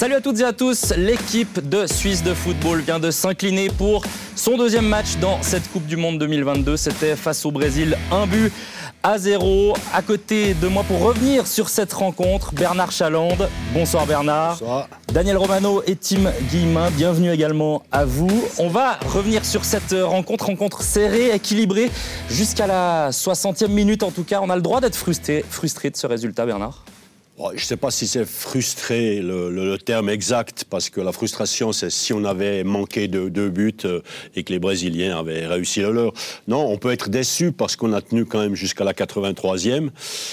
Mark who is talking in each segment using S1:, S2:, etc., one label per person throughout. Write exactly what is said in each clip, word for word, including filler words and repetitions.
S1: Salut à toutes et à tous, l'équipe de Suisse de football vient de s'incliner pour son deuxième match dans cette Coupe du Monde deux mille vingt-deux. C'était face au Brésil, un but à zéro. À côté de moi pour revenir sur cette rencontre, Bernard Chalande. Bonsoir Bernard.
S2: Bonsoir.
S1: Daniel Romano et Tim Guillemin, bienvenue également à vous. On va revenir sur cette rencontre, rencontre serrée, équilibrée, jusqu'à la soixantième minute en tout cas. On a le droit d'être frustré, frustré de ce résultat, Bernard?
S2: Je ne sais pas si c'est frustré le, le, le terme exact, parce que la frustration, c'est si on avait manqué de deux buts euh, et que les Brésiliens avaient réussi le leur. Non, on peut être déçu parce qu'on a tenu quand même jusqu'à la quatre-vingt-troisième,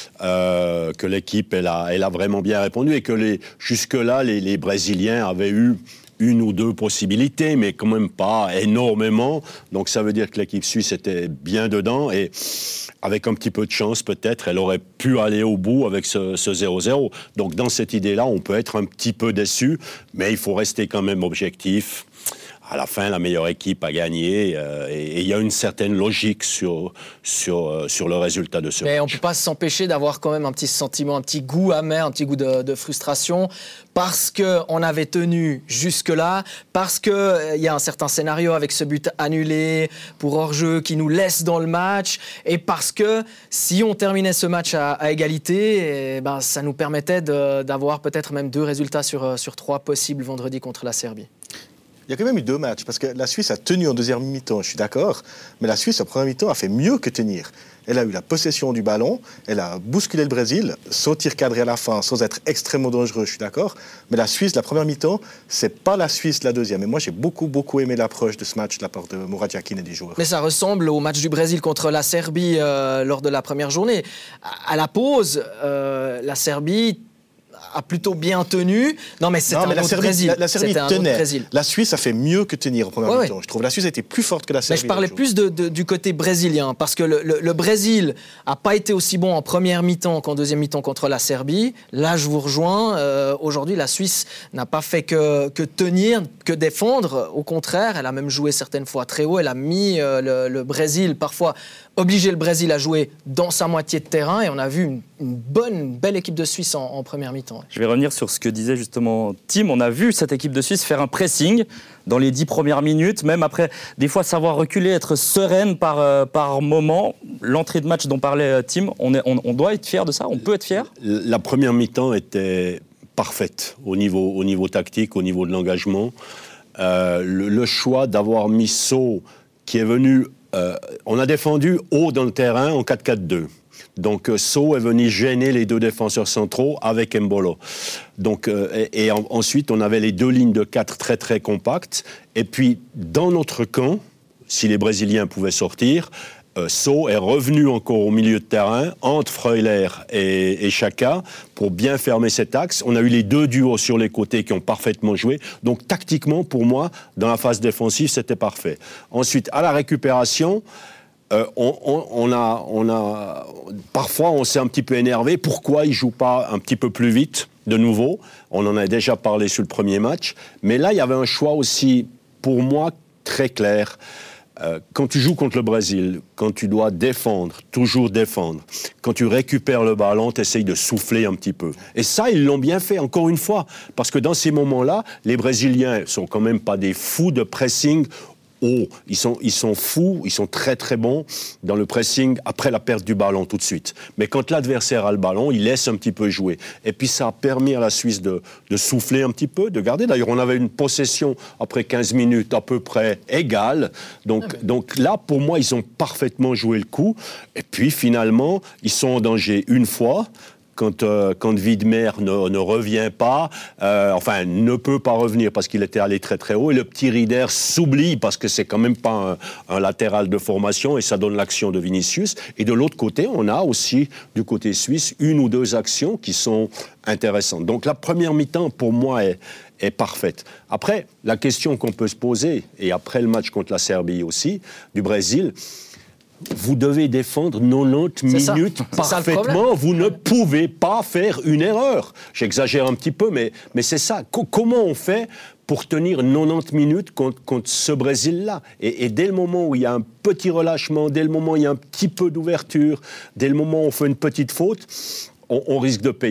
S2: euh, que l'équipe, elle a, elle a vraiment bien répondu et que les, jusque-là, les, les Brésiliens avaient eu une ou deux possibilités, mais quand même pas énormément. Donc ça veut dire que l'équipe suisse était bien dedans et avec un petit peu de chance, peut-être, elle aurait pu aller au bout avec ce, ce zéro zéro. Donc dans cette idée-là, on peut être un petit peu déçu, mais il faut rester quand même objectif. À la fin, la meilleure équipe a gagné euh, et il y a une certaine logique sur, sur, euh, sur le résultat de ce
S3: Mais
S2: match.
S3: on ne peut pas s'empêcher d'avoir quand même un petit sentiment, un petit goût amer, un petit goût de, de frustration parce qu'on avait tenu jusque-là, parce qu'il euh, y a un certain scénario avec ce but annulé pour hors-jeu qui nous laisse dans le match et parce que si on terminait ce match à, à égalité, eh ben, ça nous permettait de, d'avoir peut-être même deux résultats sur, sur trois possibles vendredi contre la Serbie.
S4: Il y a quand même eu deux matchs, parce que la Suisse a tenu en deuxième mi-temps, je suis d'accord, mais la Suisse, en première mi-temps, a fait mieux que tenir. Elle a eu la possession du ballon, elle a bousculé le Brésil, sans tir cadré à la fin, sans être extrêmement dangereux, je suis d'accord, mais la Suisse, la première mi-temps, c'est pas la Suisse la deuxième. Et moi, j'ai beaucoup, beaucoup aimé l'approche de ce match de la part de Murat Yakin et des joueurs.
S3: Mais ça ressemble au match du Brésil contre la Serbie euh, lors de la première journée. À, à la pause, euh, la Serbie a plutôt bien tenu. Non, mais c'était un autre
S4: Serbie,
S3: Brésil.
S4: La, la Serbie
S3: c'était
S4: tenait.
S3: Un autre Brésil.
S4: La Suisse a fait mieux que tenir en première
S3: ouais,
S4: mi-temps.
S3: ouais.
S4: Je trouve la Suisse a été plus forte que la Serbie.
S3: Mais je parlais plus de, de, du côté brésilien, parce que le, le, le Brésil n'a pas été aussi bon en première mi-temps qu'en deuxième mi-temps contre la Serbie. Là, je vous rejoins. Euh, aujourd'hui, la Suisse n'a pas fait que, que tenir, que défendre. Au contraire, elle a même joué certaines fois très haut. Elle a mis euh, le, le Brésil, parfois obligé le Brésil à jouer dans sa moitié de terrain. Et on a vu une, une bonne, une belle équipe de Suisse en, en première mi-temps. Ouais.
S1: Je vais revenir sur ce que disait justement Tim. On a vu cette équipe de Suisse faire un pressing dans les dix premières minutes, même après des fois savoir reculer, être sereine par, euh, par moment. L'entrée de match dont parlait Tim, on, est, on, on doit être fier de ça, on peut être fier.
S2: La première mi-temps était parfaite au niveau, au niveau tactique, au niveau de l'engagement. Euh, le, le choix d'avoir mis So, qui est venu... Euh, on a défendu haut dans le terrain en quatre quatre deux. Donc So est venu gêner les deux défenseurs centraux avec Embolo. Donc, euh, et, et en, ensuite, on avait les deux lignes de quatre très très compactes. Et puis, dans notre camp, si les Brésiliens pouvaient sortir, euh, So est revenu encore au milieu de terrain, entre Freuler et, et Xhaka, pour bien fermer cet axe. On a eu les deux duos sur les côtés qui ont parfaitement joué. Donc, tactiquement, pour moi, dans la phase défensive, c'était parfait. Ensuite, à la récupération... Euh, on, on, on, a, on a, parfois, on s'est un petit peu énervé. Pourquoi ils ne jouent pas un petit peu plus vite, de nouveau? On en a déjà parlé sur le premier match. Mais là, il y avait un choix aussi, pour moi, très clair. Euh, quand tu joues contre le Brésil, quand tu dois défendre, toujours défendre, quand tu récupères le ballon, tu essayes de souffler un petit peu. Et ça, ils l'ont bien fait, encore une fois. Parce que dans ces moments-là, les Brésiliens ne sont quand même pas des fous de pressing. Oh, ils sont, ils sont fous, ils sont très très bons dans le pressing après la perte du ballon tout de suite. Mais quand l'adversaire a le ballon, il laisse un petit peu jouer. Et puis ça a permis à la Suisse de, de souffler un petit peu, de garder. D'ailleurs, on avait une possession après quinze minutes à peu près égale. Donc, ah, donc là, pour moi, ils ont parfaitement joué le coup. Et puis finalement, ils sont en danger une fois. Quand, euh, quand Widmer ne, ne revient pas, euh, enfin ne peut pas revenir parce qu'il était allé très très haut, et le petit Rieder s'oublie parce que c'est quand même pas un, un latéral de formation et ça donne l'action de Vinicius. Et de l'autre côté, on a aussi du côté suisse une ou deux actions qui sont intéressantes. Donc la première mi-temps pour moi est, est parfaite. Après, la question qu'on peut se poser, et après le match contre la Serbie aussi, du Brésil, vous devez défendre quatre-vingt-dix minutes
S3: ça.
S2: parfaitement. Vous ne pouvez pas faire une erreur. J'exagère un petit peu, mais, mais c'est ça. Co- comment on fait pour tenir quatre-vingt-dix minutes contre, contre ce Brésil-là? et, et dès le moment où il y a un petit relâchement, dès le moment où il y a un petit peu d'ouverture, dès le moment où on fait une petite faute, on, on risque de payer.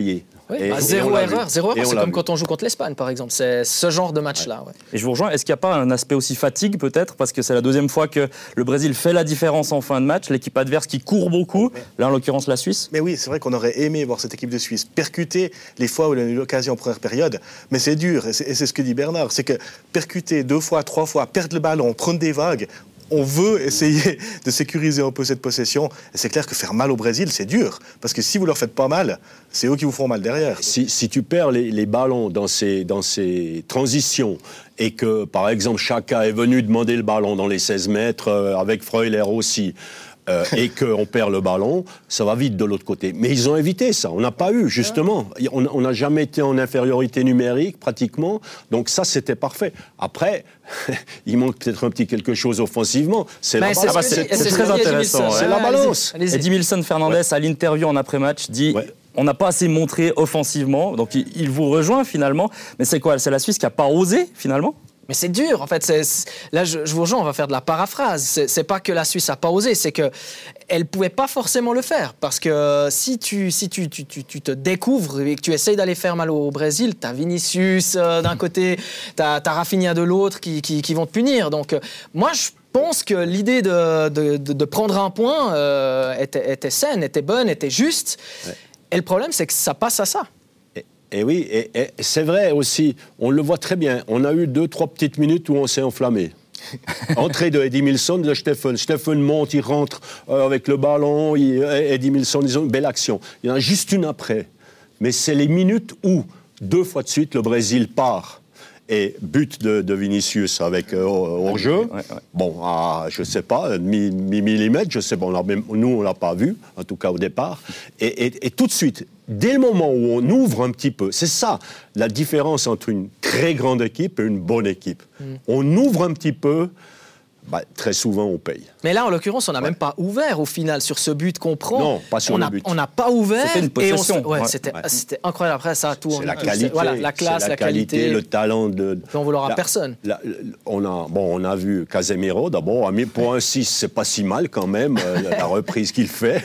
S3: Oui,
S2: Et,
S3: bah,
S2: et
S3: zéro erreur,
S2: vu.
S3: zéro erreur, c'est comme
S2: vu.
S3: quand on joue contre l'Espagne, par exemple. C'est ce genre de match-là. Ouais.
S1: Et je vous rejoins, est-ce qu'il n'y a pas un aspect aussi fatigue peut-être, parce que c'est la deuxième fois que le Brésil fait la différence en fin de match, l'équipe adverse qui court beaucoup, là en l'occurrence la Suisse.
S4: Mais oui, c'est vrai qu'on aurait aimé voir cette équipe de Suisse percuter les fois où elle a eu l'occasion en première période, mais c'est dur, et c'est, et c'est ce que dit Bernard, c'est que percuter deux fois, trois fois, perdre le ballon, prendre des vagues, on veut essayer de sécuriser un peu cette possession. Et c'est clair que faire mal au Brésil, c'est dur. Parce que si vous leur faites pas mal, c'est eux qui vous font mal derrière.
S2: Si, si tu perds les, les ballons dans ces, dans ces transitions et que, par exemple, Xhaka est venu demander le ballon dans les seize mètres, euh, avec Freuler aussi, euh, et qu'on perd le ballon, ça va vite de l'autre côté. Mais ils ont évité ça. On n'a pas eu, justement. On n'a jamais été en infériorité numérique, pratiquement. Donc ça, c'était parfait. Après, il manque peut-être un petit quelque chose offensivement. C'est
S3: Mais
S2: la
S3: c'est
S2: balance.
S3: ce que
S1: c'est-
S3: dit-
S1: c'est
S3: ce
S1: très
S3: que dit
S1: intéressant,
S3: Edmilson.
S1: ouais.
S2: C'est la
S3: Ouais,
S2: balance.
S3: allez-y, allez-y.
S1: Edmilson Fernandez, à l'interview en après-match, dit
S2: Ouais.
S1: on n'a pas assez montré offensivement, donc il, il vous rejoint finalement. Mais c'est quoi? C'est la Suisse qui n'a pas osé finalement?
S3: Mais c'est dur, en fait. C'est, c'est- là, je, je vous rejoins, on va faire de la paraphrase. C'est, c'est pas que la Suisse n'a pas osé, c'est qu'elle ne pouvait pas forcément le faire. Parce que si tu, si tu, tu, tu, tu te découvres et que tu essayes d'aller faire mal au Brésil, tu as Vinicius euh, d'un côté, tu as Rafinha de l'autre qui, qui, qui vont te punir. Donc, euh, moi, je pense que l'idée de, de, de, de prendre un point euh, était, était saine, était bonne, était juste.
S2: Ouais.
S3: Et le problème, c'est que ça passe à ça.
S2: Et oui, et, et c'est vrai aussi, on le voit très bien. On a eu deux, trois petites minutes où on s'est enflammé. Entrée de Edmilson, de Steffen. Steffen monte, il rentre euh, avec le ballon. Il, Edmilson, ils ont une belle action. Il y en a juste une après. Mais c'est les minutes où, deux fois de suite, le Brésil part. Et but de, de Vinicius avec euh, hors-jeu.
S1: Ouais, ouais.
S2: Bon, à, je ne sais pas, mi, mi millimètre, je sais pas, on a même, nous, on ne l'a pas vu, en tout cas au départ. Et, et, et tout de suite, dès le moment où on ouvre un petit peu, c'est ça la différence entre une très grande équipe et une bonne équipe. Mm. On ouvre un petit peu, bah, très souvent on paye.
S3: Mais là, en l'occurrence, on n'a ouais. même pas ouvert au final sur ce but qu'on prend.
S2: Non, pas sur
S3: on
S2: le
S3: a,
S2: but.
S3: On n'a pas ouvert.
S1: C'était une possession.
S3: Et on, ouais,
S1: ouais.
S3: C'était,
S2: Ouais.
S3: c'était incroyable. Après, ça a tout.
S2: C'est
S3: on,
S2: la qualité,
S3: voilà, la classe,
S2: la,
S3: la
S2: qualité,
S3: qualité,
S2: le talent de.
S3: Puis on vouloir à
S2: la,
S3: personne.
S2: La, on a, bon, on a vu Casemiro d'abord. Pour un six, c'est pas si mal quand même la, la reprise qu'il fait.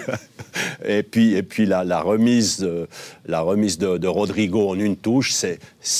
S2: Et puis, et puis la, la remise, de, la remise de, de Rodrigo en une touche, c'est,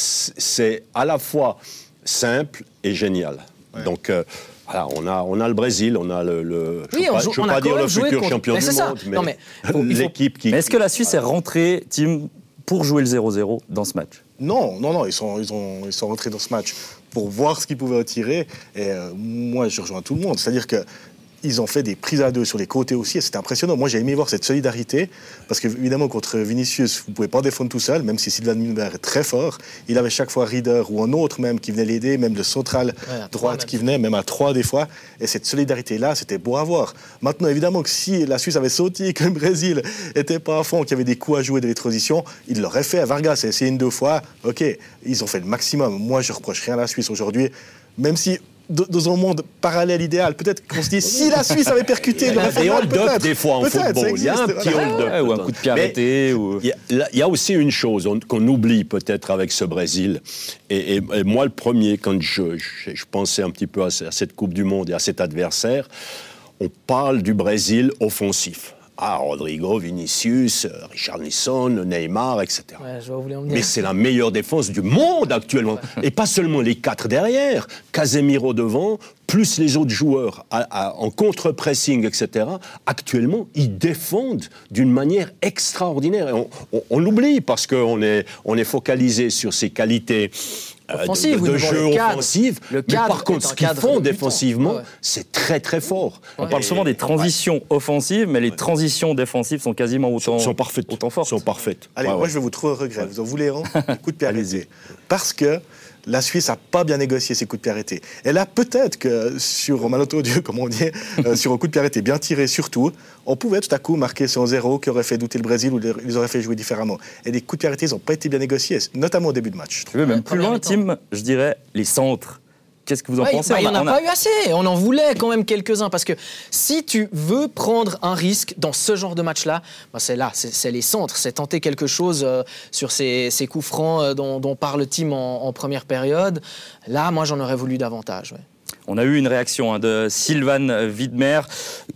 S2: c'est à la fois simple et génial. Ouais. Donc. Euh, Voilà, on a, on a le Brésil, on a le. le
S3: oui,
S2: je ne veux pas, je veux pas dire le futur contre... champion mais du monde, mais, non, mais faut, l'équipe
S1: faut...
S2: qui.
S1: Mais est-ce que la Suisse voilà. est rentrée, Tim, pour jouer le zéro zéro dans ce match?
S4: Non, non, non, ils sont, ils, ont, ils sont rentrés dans ce match pour voir ce qu'ils pouvaient retirer. Et euh, moi, je rejoins tout le monde. C'est-à-dire que. Ils ont fait des prises à deux sur les côtés aussi et c'était impressionnant. Moi, j'ai aimé voir cette solidarité parce qu'évidemment, contre Vinicius, vous ne pouvez pas défendre tout seul, même si Sylvain Müller est très fort. Il avait chaque fois Rieder ou un autre même qui venait l'aider, même le central ouais, droite qui venait, même à trois des fois. Et cette solidarité-là, c'était beau à voir. Maintenant, évidemment que si la Suisse avait sauté, que le Brésil n'était pas à fond, qu'il y avait des coups à jouer dans les transitions, il l'aurait fait. Vargas a essayé une, deux fois. OK, ils ont fait le maximum. Moi, je ne reproche rien à la Suisse aujourd'hui, même si... dans un monde parallèle idéal, peut-être qu'on se dit si la Suisse avait percuté, il aurait fait mal, peut-être.
S2: Des fois en
S4: peut-être,
S2: football, il y a un petit hold-up.
S1: Ouais, ou un coup de pied arrêté. Ou...
S2: Il, y a, il y a aussi une chose on, qu'on oublie peut-être avec ce Brésil. Et, et, et moi, le premier, quand je, je, je pensais un petit peu à, à cette Coupe du Monde et à cet adversaire, on parle du Brésil offensif. Ah, Rodrigo, Vinicius, Richarlison, Neymar, et cetera.
S3: Ouais, je vais vous
S2: Mais c'est la meilleure défense du monde actuellement. Et pas seulement les quatre derrière, Casemiro devant, plus les autres joueurs à, à, en contre-pressing, et cetera. Actuellement, ils défendent d'une manière extraordinaire. Et on, on, on l'oublie parce qu'on est, on est focalisé sur ses qualités
S3: offensive,
S2: de, de, de
S3: oui,
S2: jeu offensif. Mais par contre, ce qu'ils font défensivement, ouais. c'est très très fort.
S1: On ouais. parle souvent des transitions ouais. offensives, mais les ouais. transitions défensives sont quasiment autant,
S2: sont parfaites.
S1: autant fortes.
S2: Sont parfaites.
S4: Allez, ouais, moi ouais. je vais vous trouver un regret. Vous en voulez un coup de pied arrêté. Parce que la Suisse n'a pas bien négocié ses coups de pied arrêtés. Et là, peut-être que sur un malentendu, comme on dit, euh, sur un coup de pied arrêté bien tiré surtout, on pouvait tout à coup marquer son zéro qui aurait fait douter le Brésil ou les aurait fait jouer différemment. Et les coups de pied arrêtés, ils n'ont pas été bien négociés, notamment au début de match.
S1: Je veux même plus loin, Tim, je dirais les centres. Qu'est-ce que vous en
S3: ouais,
S1: pensez?
S3: bah, Il n'y en a,
S1: a
S3: pas eu assez. On en voulait quand même quelques-uns. Parce que si tu veux prendre un risque dans ce genre de match-là, bah c'est là, c'est, c'est les centres. C'est tenter quelque chose euh, sur ces, ces coups francs euh, dont, dont parle Tim en, en première période. Là, moi, j'en aurais voulu davantage. Ouais.
S1: On a eu une réaction hein, de Sylvain Widmer.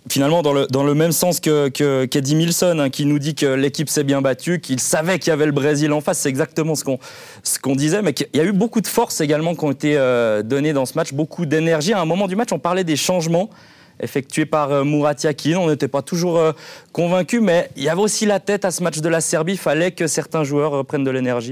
S1: finalement dans le, dans le même sens que, que, qu'Eddie Milson, hein, qui nous dit que l'équipe s'est bien battue, qu'il savait qu'il y avait le Brésil en face. C'est exactement ce qu'on, ce qu'on disait, mais qu'il y a eu beaucoup de force également qui ont été euh, données dans ce match, beaucoup d'énergie. À un moment du match, on parlait des changements effectués par euh, Murat Yakin. On n'était pas toujours euh, convaincus, mais il y avait aussi la tête à ce match de la Serbie. Il fallait que certains joueurs euh, prennent de l'énergie.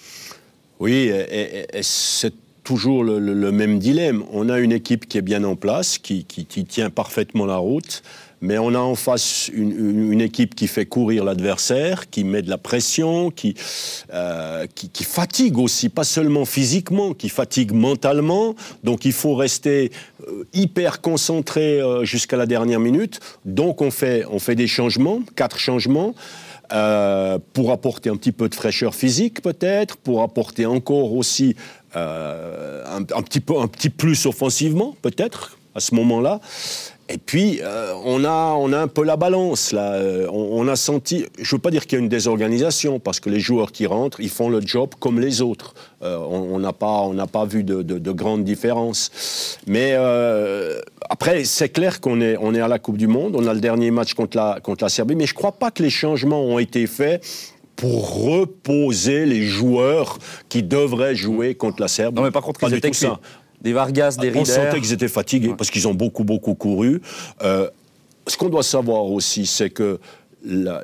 S2: Oui, et, et, et c'est toujours le, le, le même dilemme. On a une équipe qui est bien en place, qui, qui, qui tient parfaitement la route, mais on a en face une, une, une équipe qui fait courir l'adversaire, qui met de la pression, qui, euh, qui, qui fatigue aussi, pas seulement physiquement, qui fatigue mentalement. Donc il faut rester euh, hyper concentré euh, jusqu'à la dernière minute. Donc on fait, on fait des changements, quatre changements. Euh, pour apporter un petit peu de fraîcheur physique peut-être, pour apporter encore aussi euh, un, un, petit peu, un petit plus offensivement peut-être à ce moment-là. Et puis, euh, on, a, on a un peu la balance, là. Euh, on, on a senti... Je ne veux pas dire qu'il y a une désorganisation, parce que les joueurs qui rentrent, ils font le job comme les autres. Euh, on n'a pas, on n'a pas vu de, de, de grandes différences. Mais euh, après, c'est clair qu'on est, on est à la Coupe du Monde. On a le dernier match contre la, contre la Serbie. Mais je ne crois pas que les changements ont été faits pour reposer les joueurs qui devraient jouer contre la Serbie.
S1: Non, mais par contre, ils étaient cuits. Des Vargas, des Rieder.
S2: On sentait qu'ils étaient fatigués, ouais, parce qu'ils ont beaucoup, beaucoup couru. Euh, ce qu'on doit savoir aussi, c'est que la,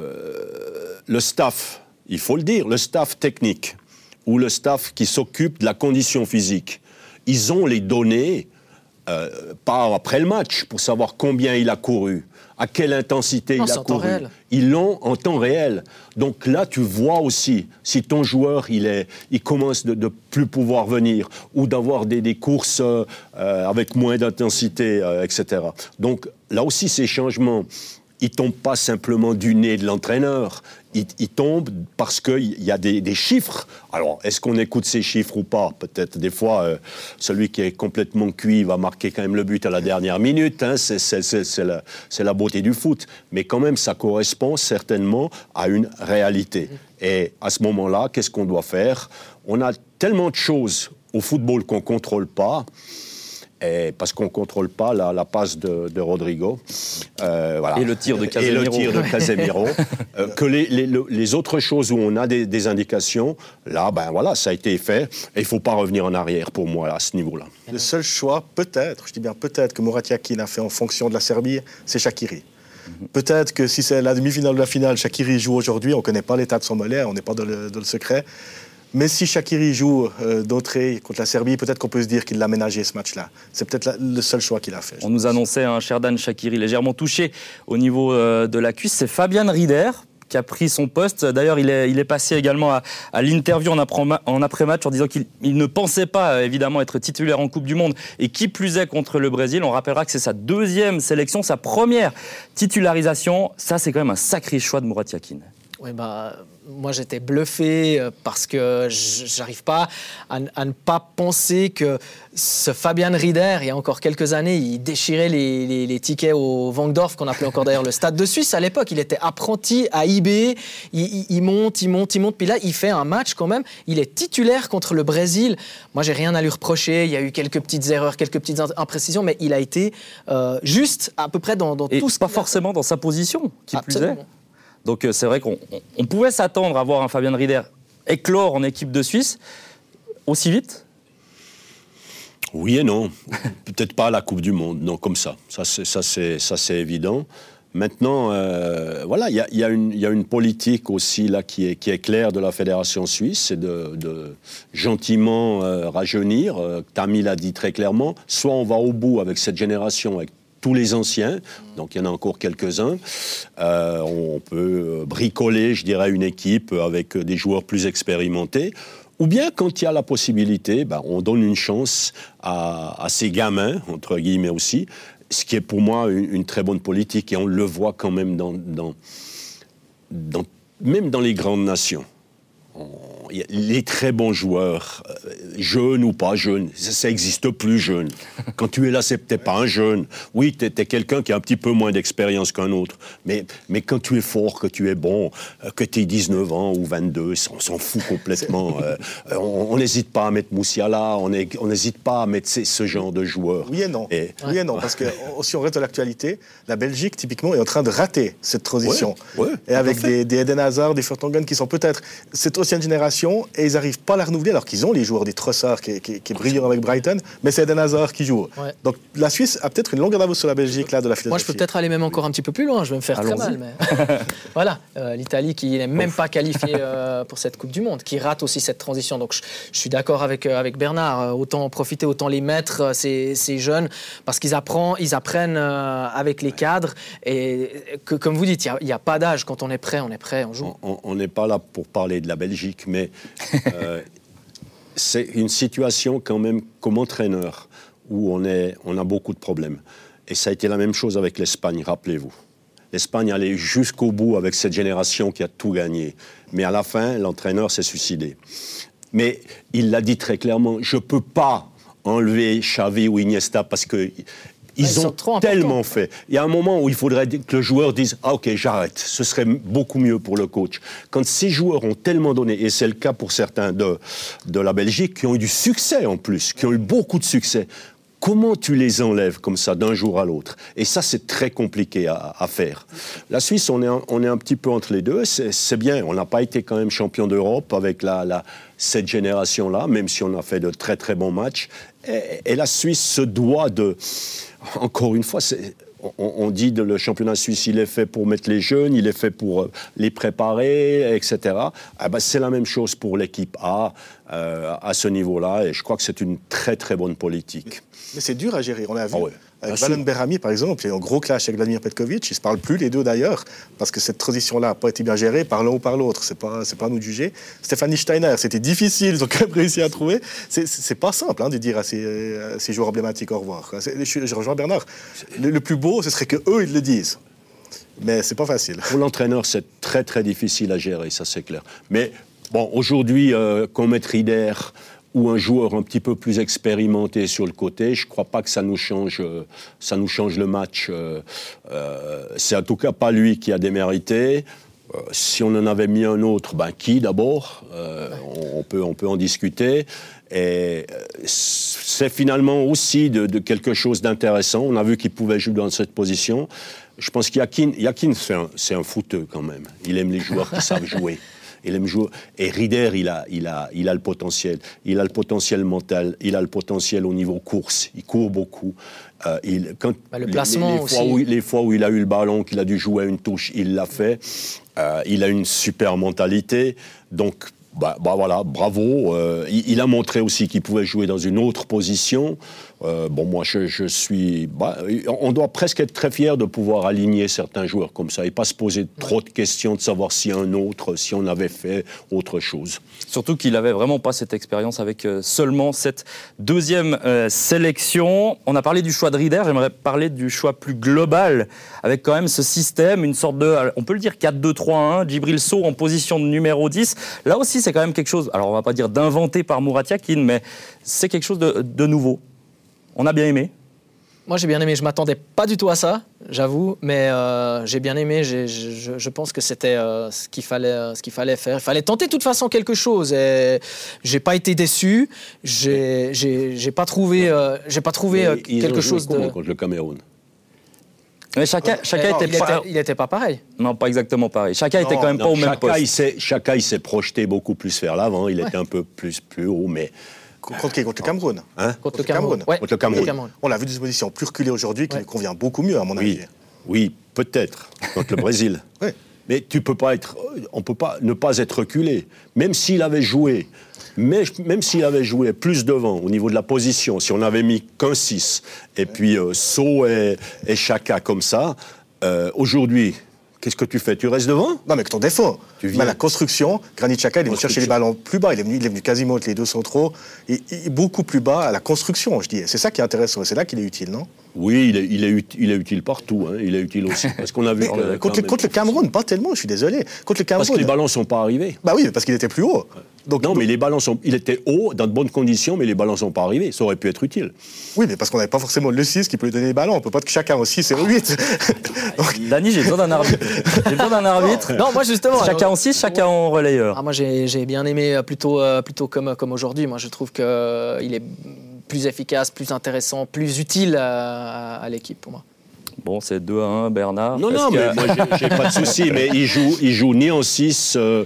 S2: le, le staff, il faut le dire, le staff technique ou le staff qui s'occupe de la condition physique, ils ont les données euh, par après le match pour savoir combien il a couru, à quelle intensité non, il a couru. Ils l'ont en temps réel. Donc là, tu vois aussi si ton joueur, il, est, il commence de ne plus pouvoir venir ou d'avoir des, des courses euh, avec moins d'intensité, euh, et cetera. Donc là aussi, ces changements, ils ne tombent pas simplement du nez de l'entraîneur. Ils, ils tombent parce qu'il y a des, des chiffres. Alors, est-ce qu'on écoute ces chiffres ou pas? Peut-être des fois, euh, celui qui est complètement cuit va marquer quand même le but à la dernière minute. Hein, c'est, c'est, c'est, c'est, la, c'est la beauté du foot. Mais quand même, ça correspond certainement à une réalité. Et à ce moment-là, qu'est-ce qu'on doit faire? On a tellement de choses au football qu'on ne contrôle pas. Et parce qu'on ne contrôle pas la, la passe de, de Rodrigo. Euh, voilà.
S1: Et le tir de Casemiro.
S2: Et le tir de Casemiro. euh, que les, les, les autres choses où on a des, des indications, là, ben voilà, ça a été fait. Et il ne faut pas revenir en arrière pour moi, là, à ce niveau-là.
S4: Le seul choix, peut-être, je dis bien peut-être, que Murat Yakin a fait en fonction de la Serbie, c'est Shaqiri. Mm-hmm. Peut-être que si c'est la demi-finale de la finale, Shaqiri joue aujourd'hui, on ne connaît pas l'état de son mollet, on n'est pas dans le, dans le secret. Mais si Shaqiri joue euh, d'entrée contre la Serbie, peut-être qu'on peut se dire qu'il l'a ménagé ce match-là. C'est peut-être la, le seul choix qu'il a fait.
S1: On nous annonçait un Xherdan Shaqiri légèrement touché au niveau euh, de la cuisse. C'est Fabian Rieder qui a pris son poste. D'ailleurs, il est, il est passé également à, à l'interview en, en après-match en disant qu'il il ne pensait pas, évidemment, être titulaire en Coupe du Monde et qui plus est contre le Brésil. On rappellera que c'est sa deuxième sélection, sa première titularisation. Ça, c'est quand même un sacré choix de Murat Yakin.
S3: Oui, bah, moi j'étais bluffé parce que j'arrive pas à, à ne pas penser que ce Fabian Rieder, il y a encore quelques années, il déchirait les, les, les tickets au Wankdorf, qu'on appelait encore d'ailleurs le Stade de Suisse. À l'époque, il était apprenti à I B, il, il, il monte, il monte, il monte, puis là, il fait un match quand même. Il est titulaire contre le Brésil. Moi, j'ai rien à lui reprocher. Il y a eu quelques petites erreurs, quelques petites imprécisions, mais il a été euh, juste à peu près dans, dans
S1: Et
S3: tout ce
S1: pas forcément dans sa position, qui
S3: Absolument.
S1: plus est. Donc c'est vrai qu'on on pouvait s'attendre à voir un Fabian Rieder éclore en équipe de Suisse aussi vite.
S2: Oui et non. Peut-être pas à la Coupe du Monde, non, comme ça. Ça, c'est, ça, c'est, ça, c'est évident. Maintenant, euh, voilà, il y, y, y a une politique aussi là qui est, qui est claire de la Fédération suisse, c'est de, de gentiment euh, rajeunir. Euh, Tammy l'a dit très clairement. Soit on va au bout avec cette génération, avec tous les anciens, donc il y en a encore quelques-uns. Euh, on peut bricoler, je dirais, une équipe avec des joueurs plus expérimentés. Ou bien, quand il y a la possibilité, ben, on donne une chance à, à ces gamins, entre guillemets aussi, ce qui est pour moi une, une très bonne politique. Et on le voit quand même dans, dans, dans, même dans les grandes nations. On, les très bons joueurs jeune ou pas jeune, ça n'existe plus jeune. Quand tu es là, c'est peut-être pas un jeune. Oui, tu es, es quelqu'un qui a un petit peu moins d'expérience qu'un autre. Mais, mais quand tu es fort, que tu es bon, que tu aies dix-neuf ans ou vingt-deux, on s'en fout complètement. euh, on n'hésite pas à mettre Moussiala, on n'hésite pas à mettre ce, ce genre de joueurs.
S4: Oui et non.
S2: Et,
S4: oui et non, parce que si on reste de l'actualité, la Belgique, typiquement, est en train de rater cette transition.
S2: Ouais, ouais,
S4: et avec des, des Eden Hazard, des Vertonghen qui sont peut-être cette ancienne génération, et ils n'arrivent pas à la renouveler, alors qu'ils ont les joueurs des Trossard qui, qui, qui est brillant avec Brighton, mais c'est Eden Hazard qui joue. Ouais. Donc la Suisse a peut-être une longueur d'avance sur la Belgique là, de la philosophie.
S3: Moi, je peux peut-être aller même encore un petit peu plus loin, je vais me faire très mal. Mais... voilà, euh, l'Italie qui n'est même pas qualifiée euh, pour cette Coupe du Monde, qui rate aussi cette transition. Donc je, je suis d'accord avec, euh, avec Bernard, autant en profiter, autant les mettre, euh, ces, ces jeunes, parce qu'ils apprennent, ils apprennent euh, avec les cadres, et que, comme vous dites, il n'y a, a pas d'âge, quand on est prêt, on est prêt, on joue.
S2: On n'est pas là pour parler de la Belgique, mais euh, c'est une situation quand même comme entraîneur, où on, est, on a beaucoup de problèmes. Et ça a été la même chose avec l'Espagne, rappelez-vous. L'Espagne allait jusqu'au bout avec cette génération qui a tout gagné. Mais à la fin, l'entraîneur s'est suicidé. Mais il l'a dit très clairement, je ne peux pas enlever Xavi ou Iniesta parce que... Ils, ils ont tellement fait. Il y a un moment où il faudrait que le joueur dise « Ah ok, j'arrête ». Ce serait beaucoup mieux pour le coach. Quand ces joueurs ont tellement donné, et c'est le cas pour certains de, de la Belgique, qui ont eu du succès en plus, qui ont eu beaucoup de succès, comment tu les enlèves comme ça d'un jour à l'autre? Et ça, c'est très compliqué à, à faire. La Suisse, on est, un, on est un petit peu entre les deux. C'est bien. On n'a pas été quand même champion d'Europe avec la, la, cette génération-là, même si on a fait de très très bons matchs. Et, et la Suisse se doit de... Encore une fois, on, on dit que le championnat suisse, il est fait pour mettre les jeunes, il est fait pour les préparer, et cetera. Ah ben, c'est la même chose pour l'équipe A euh, à ce niveau-là, et je crois que c'est une très très bonne politique.
S4: Mais c'est dur à gérer, on l'a vu. Ah ouais. Avec
S2: Bien
S4: Valen Berami, par exemple, il y a eu un gros clash avec Vladimir Petkovic. Ils ne se parlent plus, les deux d'ailleurs, parce que cette transition-là n'a pas été bien gérée par l'un ou par l'autre. Ce n'est pas, pas à nous de juger. Stéphanie Steiner, c'était difficile, ils ont quand même réussi à trouver. Ce n'est pas simple hein, de dire à ces, à ces joueurs emblématiques au revoir. Je, je rejoins Bernard. Le, le plus beau, ce serait qu'eux, ils le disent. Mais ce n'est pas facile.
S2: Pour l'entraîneur, c'est très très difficile à gérer, ça c'est clair. Mais bon, aujourd'hui, euh, qu'on mette Rieder ou un joueur un petit peu plus expérimenté sur le côté, je ne crois pas que ça nous change, euh, ça nous change le match. Euh, euh, c'est en tout cas pas lui qui a démérité. Euh, si on en avait mis un autre, ben qui d'abord euh, on, on, peut, on peut en discuter. Et c'est finalement aussi de, de quelque chose d'intéressant. On a vu qu'il pouvait jouer dans cette position. Je pense qu'Yakin, Yakin, c'est un, c'est un footeux quand même. Il aime les joueurs qui savent jouer. Il aime jouer. Et Rieder, il a, il, a, il a le potentiel. Il a le potentiel mental, il a le potentiel au niveau course. Il court beaucoup. Euh, il, quand,
S3: bah, le placement
S2: les, les,
S3: aussi.
S2: Fois où, les fois où il a eu le ballon, qu'il a dû jouer à une touche, il l'a fait. Euh, il a une super mentalité. Donc, bah, bah voilà, bravo. Euh, il, il a montré aussi qu'il pouvait jouer dans une autre position. Euh, bon, moi, je, je suis... Bah, on doit presque être très fiers de pouvoir aligner certains joueurs comme ça et pas se poser trop de questions de savoir si un autre, si on avait fait autre chose.
S1: Surtout qu'il n'avait vraiment pas cette expérience avec euh, seulement cette deuxième euh, sélection. On a parlé du choix de Rieder, j'aimerais parler du choix plus global avec quand même ce système, une sorte de, on peut le dire quatre deux trois un, Djibril Sow en position de numéro dix. Là aussi, c'est quand même quelque chose, alors on ne va pas dire d'inventé par Murat Yakin, mais c'est quelque chose de, de nouveau. On a bien aimé.
S3: Moi, j'ai bien aimé. Je ne m'attendais pas du tout à ça, j'avoue. Mais euh, j'ai bien aimé. J'ai, je, je pense que c'était euh, ce, qu'il fallait, euh, ce qu'il fallait faire. Il fallait tenter de toute façon quelque chose. Et je n'ai pas été déçu. Je n'ai pas trouvé, euh, j'ai pas trouvé euh, quelque chose de...
S2: contre le Cameroun.
S1: Mais chacun, chacun
S3: non,
S1: était
S3: il
S1: pas...
S3: était, il était pas pareil.
S1: Non, pas exactement pareil. Chacun non, était quand même non, pas au même poste.
S2: Il s'est, chacun, il s'est projeté beaucoup plus vers l'avant. Il ouais. était un peu plus, plus haut, mais...
S4: Contre qui? Contre le Cameroun.
S3: Hein? Contre, contre le Cameroun.
S2: Ouais. Contre le Cameroun.
S4: Oui. On l'a vu des positions plus reculées aujourd'hui qui ouais. lui convient beaucoup mieux, à mon
S2: oui.
S4: avis.
S2: Oui, peut-être. Contre le Brésil.
S4: Oui.
S2: Mais tu peux pas être, on ne peut pas ne pas être reculé. Même s'il avait joué, mais, même s'il avait joué plus devant, au niveau de la position, si on n'avait mis qu'un six, et puis euh, Sow et, et Xhaka comme ça, euh, aujourd'hui... Qu'est-ce que tu fais? Tu restes devant?
S4: Non, mais avec ton défaut. Tu viens. Mais la construction, Granit Xhaka, il est venu chercher les ballons plus bas. Il est venu, il est venu quasiment avec les deux centraux. Et, et beaucoup plus bas à la construction, je dis. C'est ça qui est intéressant. C'est là qu'il est utile, non?
S2: Oui, il est, il est, ut- il est utile partout. Hein. Il est utile aussi. Parce qu'on a vu que,
S4: Contre, le- contre le Cameroun, pas tellement, je suis désolé. Contre le Cameroun.
S2: parce que les ballons ne sont pas arrivés.
S4: Bah oui, parce qu'il était plus haut. Donc,
S2: non,
S4: donc-
S2: mais les ballons sont. Il était haut, dans de bonnes conditions, mais les ballons ne sont pas arrivés. Ça aurait pu être utile.
S4: Oui, mais parce qu'on n'avait pas forcément le six qui peut lui donner les ballons. On peut pas être chacun au six et au huit. Donc,
S1: Dany, j'ai besoin d'un arbitre. J'ai besoin d'un arbitre.
S3: Non, moi justement.
S1: Chacun
S3: alors-
S1: en six, chacun en relayeur.
S3: Ah, moi j'ai j'ai bien aimé euh, plutôt, euh, plutôt comme, comme aujourd'hui. Moi je trouve qu'il euh, est plus efficace, plus intéressant, plus utile à, à l'équipe pour moi.
S1: Bon, c'est deux à un, Bernard.
S2: Non,
S1: Est-ce
S2: non,
S1: que-
S2: mais moi, j'ai, j'ai pas de souci. Mais il joue, il joue ni en six, euh,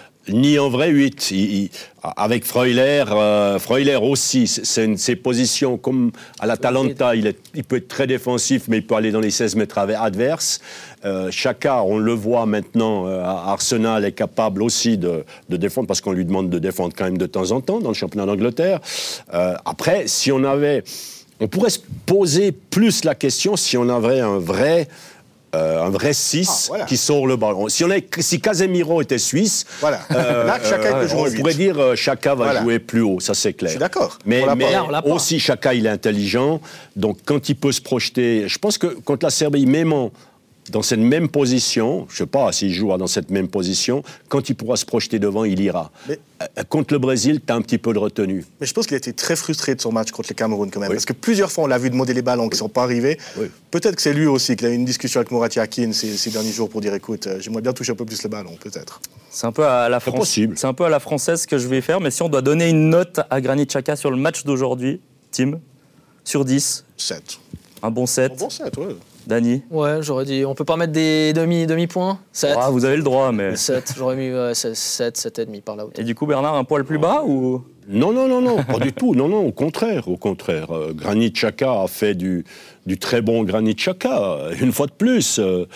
S2: ni en vrai huit. Il- il- avec Freuler, euh, Freuler aussi, c'est c'est une, ses positions comme à l'Atalanta, il, est, il peut être très défensif, mais il peut aller dans les seize mètres ave- adverses. Euh, Xhaka, on le voit maintenant, euh, Arsenal est capable aussi de, de défendre, parce qu'on lui demande de défendre quand même de temps en temps dans le championnat d'Angleterre. Euh, après, si on avait... On pourrait se poser plus la question si on avait un vrai... Euh, un vrai six
S4: Ah, voilà.
S2: qui sort le ballon. Si, on avait, si Casemiro était suisse,
S4: Voilà. Là, Xhaka, il peut jouer
S2: on
S4: au huit.
S2: pourrait dire euh, Xhaka va
S4: Voilà.
S2: jouer plus haut, ça c'est clair.
S4: Je suis d'accord.
S2: Mais,
S4: On l'a
S2: mais
S4: pas.
S3: Là, on l'a pas.
S2: aussi Xhaka, il est intelligent, donc quand il peut se projeter, je pense que contre la Serbie, même en- dans cette même position, je ne sais pas s'il jouera dans cette même position, quand il pourra se projeter devant, il ira.
S4: Mais-
S2: Euh, contre le Brésil, tu as un petit peu de retenue.
S4: Mais je pense qu'il a été très frustré de son match contre le Cameroun quand même.
S2: Oui.
S4: Parce que plusieurs fois, on l'a vu demander les ballons qui ne sont pas arrivés.
S2: Oui.
S4: Peut-être que c'est lui aussi qu'il a eu une discussion avec Mourati Akin ces, ces derniers jours pour dire écoute, euh, j'aimerais bien toucher un peu plus le ballon, peut-être.
S1: C'est un peu à la
S2: C'est
S1: France-
S2: possible.
S1: C'est un peu à la française que je vais faire, mais si on doit donner une note à Granit Xhaka sur le match d'aujourd'hui, Tim, sur dix,
S4: sept.
S1: un bon sept.
S4: Bon sept, ouais.
S1: Dany,
S3: Ouais, j'aurais dit. On peut pas mettre des demi, demi-points sept.
S1: ah, vous avez le droit, mais...
S3: sept, j'aurais mis ouais, sept, sept et demi par là.
S1: Et du coup, Bernard, un poil plus bas ou...
S2: Non, non, non, non, pas du tout. Non, non, au contraire, au contraire. Euh, Granit Xhaka a fait du, du très bon Granit Xhaka, une fois de plus. Euh,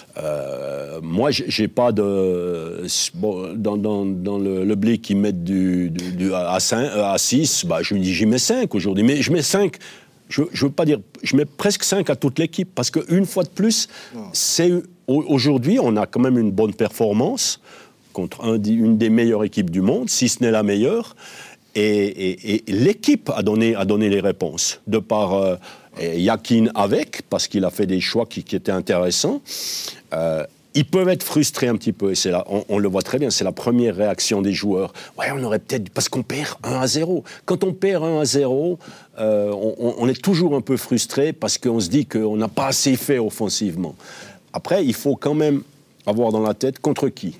S2: euh, moi, j'ai j'ai pas de... Bon, dans dans, dans le, le blé qui mettent du, du, du à, cinq, à six, bah, je me dis j'y mets cinq aujourd'hui. Mais je mets cinq, je, je veux pas dire... Je mets presque cinq à toute l'équipe, parce qu'une fois de plus, c'est au- aujourd'hui, on a quand même une bonne performance contre un, di- une des meilleures équipes du monde, si ce n'est la meilleure. Et, et- et l'équipe a donné, a donné les réponses, de par euh, Yakin avec, parce qu'il a fait des choix qui, qui étaient intéressants. Euh, ils peuvent être frustrés un petit peu, et c'est là, on, on le voit très bien, c'est la première réaction des joueurs. Ouais, on aurait peut-être... Parce qu'on perd un à zéro. Quand on perd un à zéro, euh, on, on est toujours un peu frustré, parce qu'on se dit qu'on n'a pas assez fait offensivement. Après, il faut quand même avoir dans la tête contre qui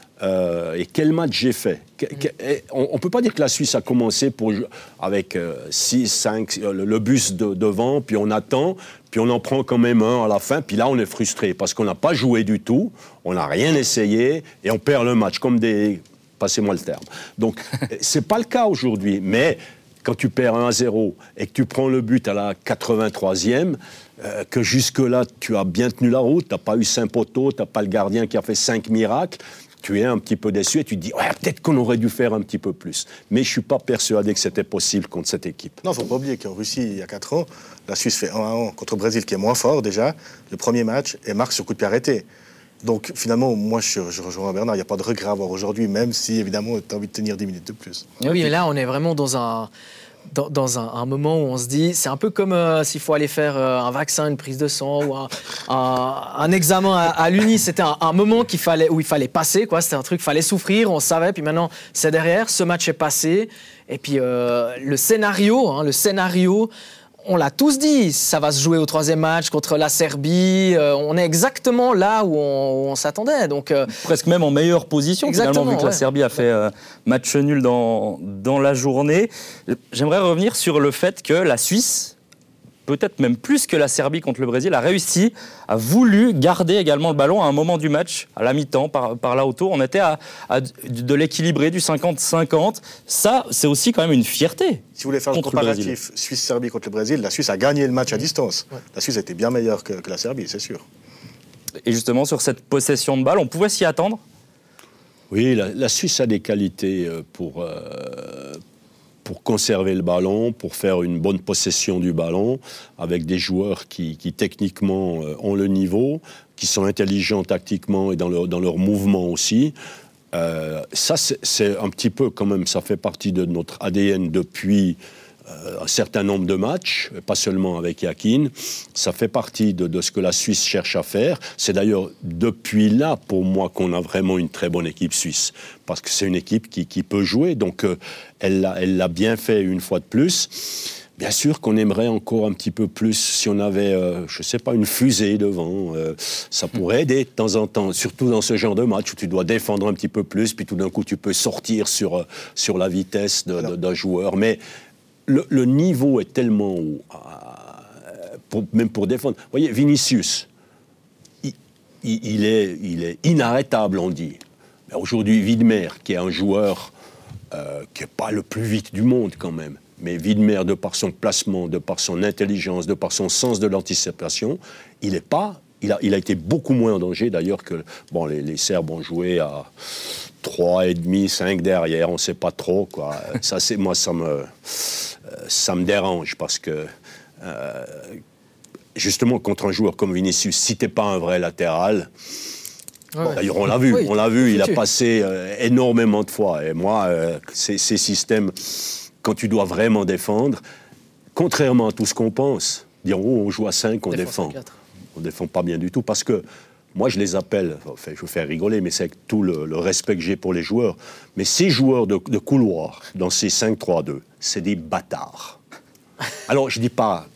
S2: Euh, et quel match j'ai fait. Que- que- et on ne peut pas dire que la Suisse a commencé pour, jou- avec six, cinq, le, le bus de- devant, puis on attend, puis on en prend quand même un à la fin, puis là on est frustré parce qu'on n'a pas joué du tout, on n'a rien essayé, et on perd le match, comme des... Passez-moi le terme. Donc, c'est pas le cas aujourd'hui, mais quand tu perds un à zéro et que tu prends le but à la quatre-vingt-troisième, euh, que jusque-là tu as bien tenu la route, tu n'as pas eu cinq poteaux, tu n'as pas le gardien qui a fait cinq miracles, tu es un petit peu déçu et tu te dis ouais, peut-être qu'on aurait dû faire un petit peu plus. Mais je ne suis pas persuadé que c'était possible contre cette équipe.
S4: Non, il ne faut pas oublier qu'en Russie, il y a quatre ans, la Suisse fait un à un contre le Brésil, qui est moins fort déjà, le premier match, et marque sur coup de pied arrêté. Donc finalement, moi je, je rejoins Bernard, il n'y a pas de regret à avoir aujourd'hui, même si évidemment tu as envie de tenir dix minutes de plus.
S3: Oui, mais là, on est vraiment dans un, dans, dans un, un moment où on se dit, c'est un peu comme euh, s'il faut aller faire euh, un vaccin, une prise de sang ou un, un, un examen à, à l'Uni. C'était un, un moment qu'il fallait, où il fallait passer, quoi. C'était un truc, il fallait souffrir, on savait. Puis maintenant, c'est derrière, ce match est passé. Et puis euh, le scénario, hein, le scénario. On l'a tous dit, ça va se jouer au troisième match contre la Serbie. Euh, on est exactement là où on, où on s'attendait. Donc, euh,
S1: Presque même en meilleure position,
S3: Exactement,
S1: finalement, vu que la
S3: ouais.
S1: Serbie a fait euh, match nul dans, dans la journée. J'aimerais revenir sur le fait que la Suisse, peut-être même plus que la Serbie contre le Brésil, a réussi, a voulu garder également le ballon à un moment du match, à la mi-temps, par, par là autour. On était à, à de l'équilibré, du cinquante cinquante. Ça, c'est aussi quand même une fierté.
S4: Si vous voulez faire le
S1: Contre le Brésil.
S4: comparatif Suisse-Serbie contre le Brésil, la Suisse a gagné le match à distance. La Suisse a été bien meilleure que, que la Serbie, c'est sûr.
S1: Et justement, sur cette possession de balle, on pouvait s'y attendre.
S2: Oui, la, la Suisse a des qualités euh, pour, euh, pour conserver le ballon, pour faire une bonne possession du ballon, avec des joueurs qui, qui techniquement euh, ont le niveau, qui sont intelligents tactiquement et dans leur, dans leur mouvement aussi. Euh, ça, c'est, c'est un petit peu quand même, ça fait partie de notre A D N depuis, un certain nombre de matchs, pas seulement avec Yakin. Ça fait partie de, de ce que la Suisse cherche à faire. C'est d'ailleurs depuis là, pour moi, qu'on a vraiment une très bonne équipe suisse. Parce que c'est une équipe qui, qui peut jouer. Donc, euh, elle l'a, elle l'a bien fait une fois de plus. Bien sûr qu'on aimerait encore un petit peu plus si on avait, euh, je ne sais pas, une fusée devant. Euh, ça pourrait aider de temps en temps, surtout dans ce genre de match où tu dois défendre un petit peu plus, puis tout d'un coup, tu peux sortir sur, euh, sur la vitesse de, de, d'un joueur. Mais Le, le niveau est tellement haut, euh, pour, même pour défendre. Vous voyez, Vinicius, il, il, il, est, il est inarrêtable, on dit. Mais aujourd'hui, Widmer, qui est un joueur euh, qui n'est pas le plus vite du monde quand même, mais Widmer, de par son placement, de par son intelligence, de par son sens de l'anticipation, il est pas... Il a, il a été beaucoup moins en danger, d'ailleurs, que... Bon, les, les Serbes ont joué à trois et demi, cinq derrière, on ne sait pas trop, quoi. Ça, c'est, moi, ça me... ça me dérange parce que, euh, justement, contre un joueur comme Vinicius, si tu n'es pas un vrai latéral, ouais. Bon, d'ailleurs, on l'a vu, oui, on l'a vu, il a passé euh, énormément de fois. Et moi, euh, ces, ces systèmes, quand tu dois vraiment défendre, contrairement à tout ce qu'on pense, dire oh, on joue à cinq, on défend. On ne défend pas bien du tout parce que moi, je les appelle, enfin, je veux faire rigoler, mais c'est avec tout le, le respect que j'ai pour les joueurs. Mais ces joueurs de, de couloir, dans ces cinq trois deux, c'est des bâtards. Alors, je dis pas...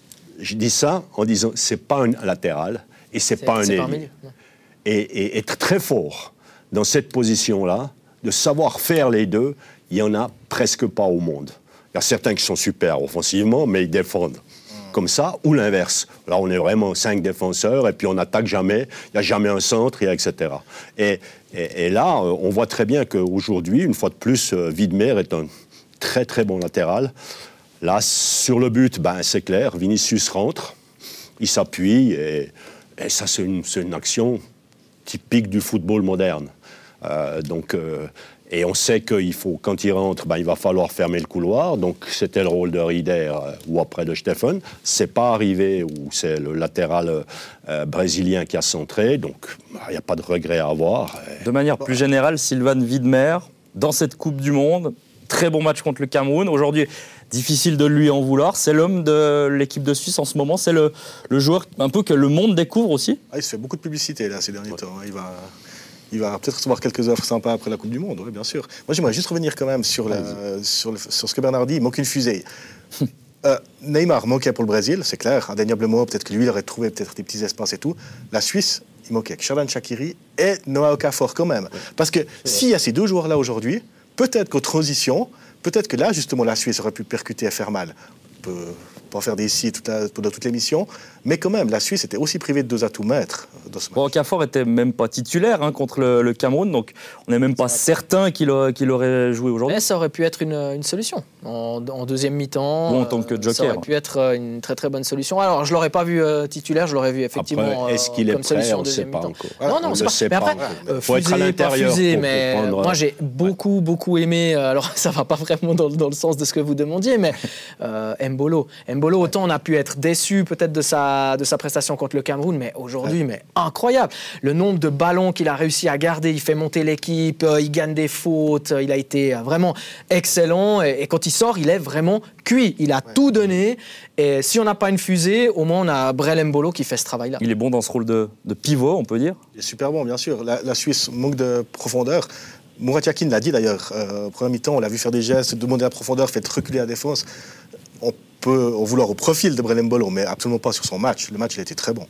S2: Je dis ça en disant, c'est pas un latéral et c'est, c'est pas un ailier. Et, et être très fort dans cette position-là, de savoir faire les deux, il y en a presque pas au monde. Il y a certains qui sont super offensivement, mais ils défendent. Comme ça, ou l'inverse. Là, on est vraiment cinq défenseurs, et puis on n'attaque jamais, il n'y a jamais un centre, et cetera. Et, et, et là, on voit très bien qu'aujourd'hui, une fois de plus, Widmer est un très très bon latéral. Là, sur le but, ben, c'est clair, Vinicius rentre, il s'appuie, et, et ça, c'est une, c'est une action typique du football moderne. Euh, donc... Euh, Et on sait qu'il faut, quand il rentre, ben, il va falloir fermer le couloir. Donc, c'était le rôle de Rieder euh, ou après de Steffen. C'est pas arrivé où c'est le latéral euh, brésilien qui a centré. Donc, il n'y a pas de regret à avoir.
S1: De manière plus générale, Sylvain Widmer, dans cette Coupe du Monde, très bon match contre le Cameroun. Aujourd'hui, difficile de lui en vouloir. C'est l'homme de l'équipe de Suisse en ce moment. C'est le, le joueur un peu que le monde découvre aussi.
S4: Ah, il se fait beaucoup de publicité là, ces derniers ouais. temps. Il va... Il va peut-être recevoir quelques offres sympas après la Coupe du Monde, oui, bien sûr. Moi, j'aimerais juste revenir quand même sur, la, sur, le, sur ce que Bernard dit. Il manque une fusée. euh, Neymar manquait pour le Brésil, c'est clair. Indéniablement, peut-être que lui, il aurait trouvé peut-être des petits espaces et tout. La Suisse, il manquait Xherdan Shaqiri et Noah Okafor quand même. Oui. Parce que s'il y a ces deux joueurs-là aujourd'hui, peut-être qu'aux transitions, peut-être que là, justement, la Suisse aurait pu percuter et faire mal. On peut pas faire des si pendant toute l'émission, mais quand même, la Suisse était aussi privée de deux atouts maîtres dans ce match.
S1: Bon, Okafor était même pas titulaire hein, contre le, le Cameroun, donc on n'est même pas certain qu'il aurait, qu'il aurait joué aujourd'hui.
S3: Mais ça aurait pu être une, une solution en, en deuxième mi-temps.
S1: Ou en tant que joker.
S3: Ça aurait pu être une très très bonne solution. Alors, je l'aurais pas vu euh, titulaire, je l'aurais vu effectivement.
S2: Après, est-ce qu'il
S3: euh,
S2: est prêt? On ne sait pas encore.
S3: Non, non, on ne sait pas. Mais après, euh, faut fusée, être à l'intérieur. Pas fusée, mais prendre... moi j'ai beaucoup beaucoup aimé. Alors, ça va pas vraiment dans, dans le sens de ce que vous demandiez, mais euh, Mbolo. Mbolo, autant on a pu être déçu peut-être de sa de sa prestation contre le Cameroun, mais aujourd'hui, ouais. mais incroyable. Le nombre de ballons qu'il a réussi à garder, il fait monter l'équipe, il gagne des fautes, il a été vraiment excellent. Et, et quand il sort, il est vraiment cuit. Il a ouais. tout donné. Et si on n'a pas une fusée, au moins on a Brel Mbolo qui fait ce travail-là.
S1: Il est bon dans ce rôle de, de pivot, on peut dire.
S4: Il est super bon, bien sûr. La, la Suisse manque de profondeur. Murat Yakin l'a dit d'ailleurs. Euh, au premier mi-temps, on l'a vu faire des gestes, demander la profondeur, fait reculer la défense. On peut en vouloir au profil de Brel Mbolo, mais absolument pas sur son match. Le match, il a été très bon.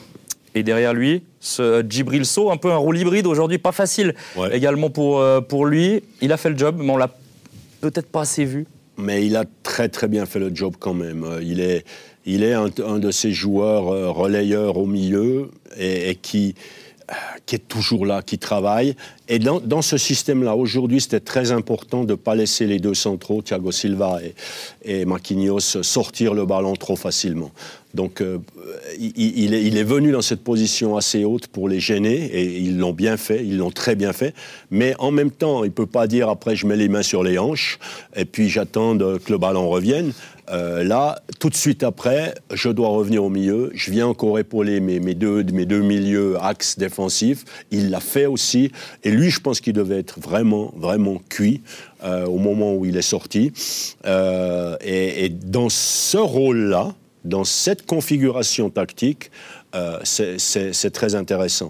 S1: Et derrière lui, ce Djibril Sow, un peu un rôle hybride aujourd'hui, pas facile ouais. également pour, euh, pour lui. Il a fait le job, mais on l'a peut-être pas assez vu.
S2: Mais il a très très bien fait le job quand même. Il est, il est un, un de ces joueurs euh, relayeurs au milieu et, et qui, euh, qui est toujours là, qui travaille. Et dans, dans ce système-là, aujourd'hui, c'était très important de ne pas laisser les deux centraux, Thiago Silva et, et Marquinhos, sortir le ballon trop facilement. Donc, euh, il, il, est, il est venu dans cette position assez haute pour les gêner, et ils l'ont bien fait, ils l'ont très bien fait. Mais en même temps, il ne peut pas dire après je mets les mains sur les hanches et puis j'attends que le ballon revienne. Euh, là, tout de suite après, je dois revenir au milieu. Je viens encore épauler mes, mes, deux, mes deux milieux axes défensifs. Il l'a fait aussi. Et lui, je pense qu'il devait être vraiment, vraiment cuit euh, au moment où il est sorti. Euh, et, et dans ce rôle-là, dans cette configuration tactique, euh, c'est, c'est, c'est très intéressant.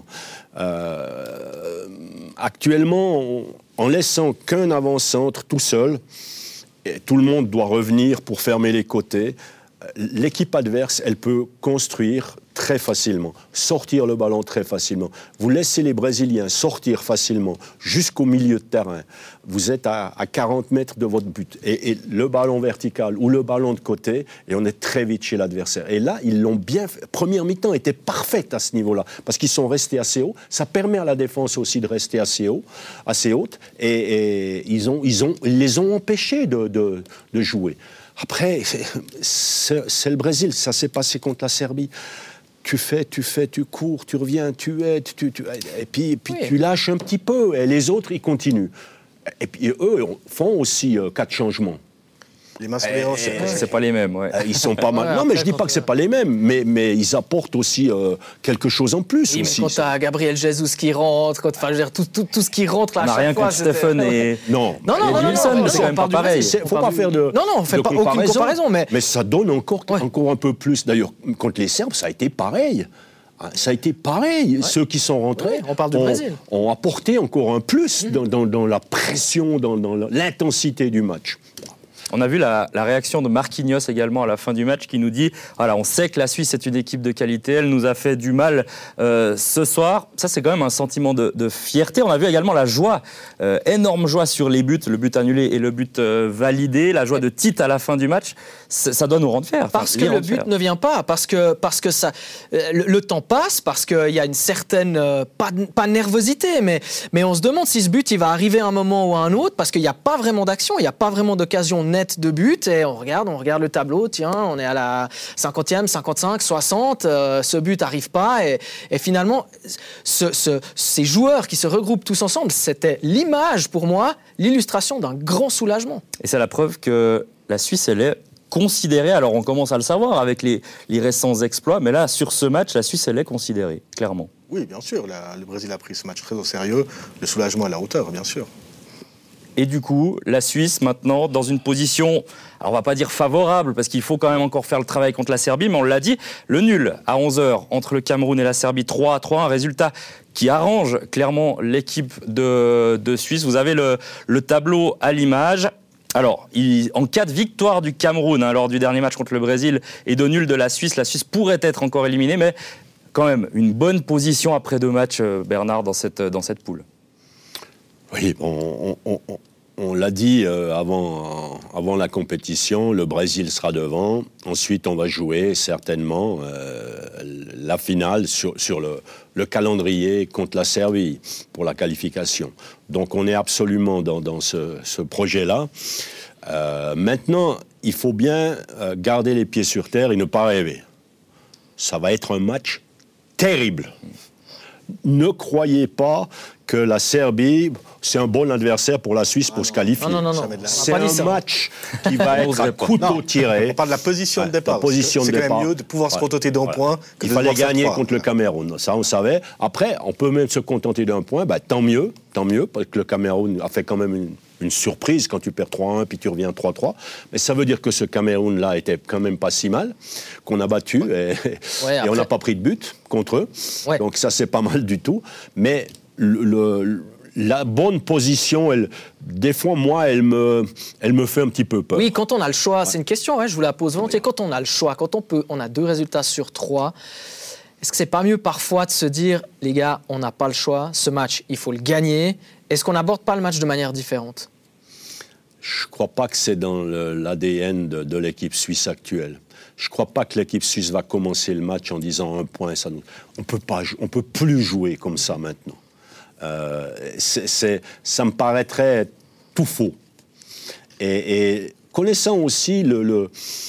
S2: Euh, actuellement, on, en laissant qu'un avant-centre tout seul, et tout le monde doit revenir pour fermer les côtés, l'équipe adverse, elle peut construire très facilement, sortir le ballon très facilement. Vous laissez les Brésiliens sortir facilement jusqu'au milieu de terrain. Vous êtes à, à quarante mètres de votre but. Et, et le ballon vertical ou le ballon de côté, et on est très vite chez l'adversaire. Et là, ils l'ont bien fait. Première mi-temps était parfaite à ce niveau-là, parce qu'ils sont restés assez haut. Ça permet à la défense aussi de rester assez haut, assez haute. Et, et ils, ont, ils, ont, ils les ont empêchés de, de, de jouer. Après, c'est, c'est, c'est le Brésil, ça s'est passé contre la Serbie. Tu fais, tu fais, tu cours, tu reviens, tu aides, tu, tu, et puis, et puis oui. tu lâches un petit peu, et les autres, ils continuent. Et puis eux font aussi euh, quatre changements.
S4: Les mains sur les hanches,
S1: c'est, c'est pas les mêmes, ouais.
S2: Ils sont pas mal.
S3: Ouais,
S2: non, mais je dis pas que c'est pas les mêmes, mais, mais ils apportent aussi euh, quelque chose en plus.
S3: Oui,
S2: aussi,
S3: mais quand
S2: ça.
S3: t'as Gabriel Jesus qui rentre, quand, enfin, je veux dire, tout, tout, tout ce qui rentre là,
S1: on
S3: à
S1: n'a rien
S3: fois,
S1: contre Stephen et...
S2: Non,
S3: non, non, non, non,
S1: Wilson,
S3: non,
S1: c'est quand même pas pareil.
S2: Il ne faut pas faire de
S3: Non, non, on fait pas aucune comparaison, mais...
S2: Mais ça donne encore,
S3: ouais.
S2: encore un peu plus. D'ailleurs, contre les Serbes, ça a été pareil. Ça a été pareil. Ouais. Ceux qui sont rentrés
S3: ouais, on parle du
S2: ont,
S3: Brésil.
S2: ont apporté encore un plus mmh. dans, dans, dans la pression, dans, dans l'intensité du match.
S1: On a vu la, la réaction de Marquinhos également à la fin du match qui nous dit voilà, on sait que la Suisse est une équipe de qualité, elle nous a fait du mal euh, ce soir. Ça, c'est quand même un sentiment de, de fierté. On a vu également la joie, euh, énorme joie sur les buts, le but annulé et le but euh, validé, la joie de Tite à la fin du match. Ça, ça doit nous rendre fiers.
S3: Parce que le but
S1: fiers.
S3: ne vient pas, parce que, parce que ça, le, le temps passe, parce qu'il y a une certaine, euh, pas, pas nervosité, mais, mais on se demande si ce but il va arriver à un moment ou à un autre, parce qu'il n'y a pas vraiment d'action, il n'y a pas vraiment d'occasion nette de but, et on regarde, on regarde le tableau, tiens, on est à la cinquantième, cinquante-cinq, soixante, euh, ce but n'arrive pas, et, et finalement, ce, ce, ces joueurs qui se regroupent tous ensemble, c'était l'image, pour moi, l'illustration d'un grand soulagement.
S1: Et c'est la preuve que la Suisse, elle est considérée, alors on commence à le savoir avec les, les récents exploits, mais là, sur ce match, la Suisse, elle est considérée, clairement.
S4: Oui, bien sûr, la, le Brésil a pris ce match très au sérieux, le soulagement à la hauteur, bien sûr.
S1: Et du coup, la Suisse, maintenant, dans une position, alors on va pas dire favorable, parce qu'il faut quand même encore faire le travail contre la Serbie, mais on l'a dit, le nul à onze heures entre le Cameroun et la Serbie, trois à trois, un résultat qui arrange clairement l'équipe de, de Suisse. Vous avez le, le tableau à l'image. Alors, il, en cas de victoire du Cameroun, hein, lors du dernier match contre le Brésil, et de nul de la Suisse, la Suisse pourrait être encore éliminée, mais quand même, une bonne position après deux matchs, Bernard, dans cette, dans cette poule.
S2: Oui, on, on, on, on l'a dit euh, avant, avant la compétition, le Brésil sera devant. Ensuite, on va jouer certainement euh, la finale sur, sur le, le calendrier contre la Serbie pour la qualification. Donc, on est absolument dans, dans ce, ce projet-là. Euh, maintenant, il faut bien euh, garder les pieds sur terre et ne pas rêver. Ça va être un match terrible. Ne croyez pas que la Serbie, c'est un bon adversaire pour la Suisse ah pour
S4: non.
S2: se qualifier.
S3: Non, non, non, non.
S2: C'est un ça. match qui va être à couteau tiré.
S4: On parle de la position ouais, de départ.
S2: Position
S4: c'est
S2: de
S4: quand
S2: départ.
S4: même mieux de pouvoir ouais. se contenter d'un voilà. point que
S2: Il
S4: de
S2: fallait gagner
S4: trois.
S2: contre le Cameroun, ça on savait. Après, on peut même se contenter d'un point, bah, tant mieux, tant mieux, parce que le Cameroun a fait quand même une, une surprise quand tu perds trois à un puis tu reviens trois à trois. Mais ça veut dire que ce Cameroun-là était quand même pas si mal, qu'on a battu ouais. et, ouais, et on n'a pas pris de but contre eux. Ouais. Donc ça, c'est pas mal du tout. Mais le... le la bonne position, elle, des fois, moi, elle me, elle me fait un petit peu peur.
S3: Oui, quand on a le choix, ouais. c'est une question, ouais, je vous la pose volontiers. Oui. Quand on a le choix, quand on, peut, on a deux résultats sur trois, est-ce que c'est pas mieux parfois de se dire, les gars, on n'a pas le choix, ce match, il faut le gagner. Est-ce qu'on n'aborde pas le match de manière différente ?
S2: Je ne crois pas que c'est dans l'A D N de, de l'équipe suisse actuelle. Je ne crois pas que l'équipe suisse va commencer le match en disant un point. Ça nous, on peut pas, on peut plus jouer comme ça maintenant. Euh, c'est, c'est, ça me paraîtrait tout faux. Et, et connaissant aussi le, le,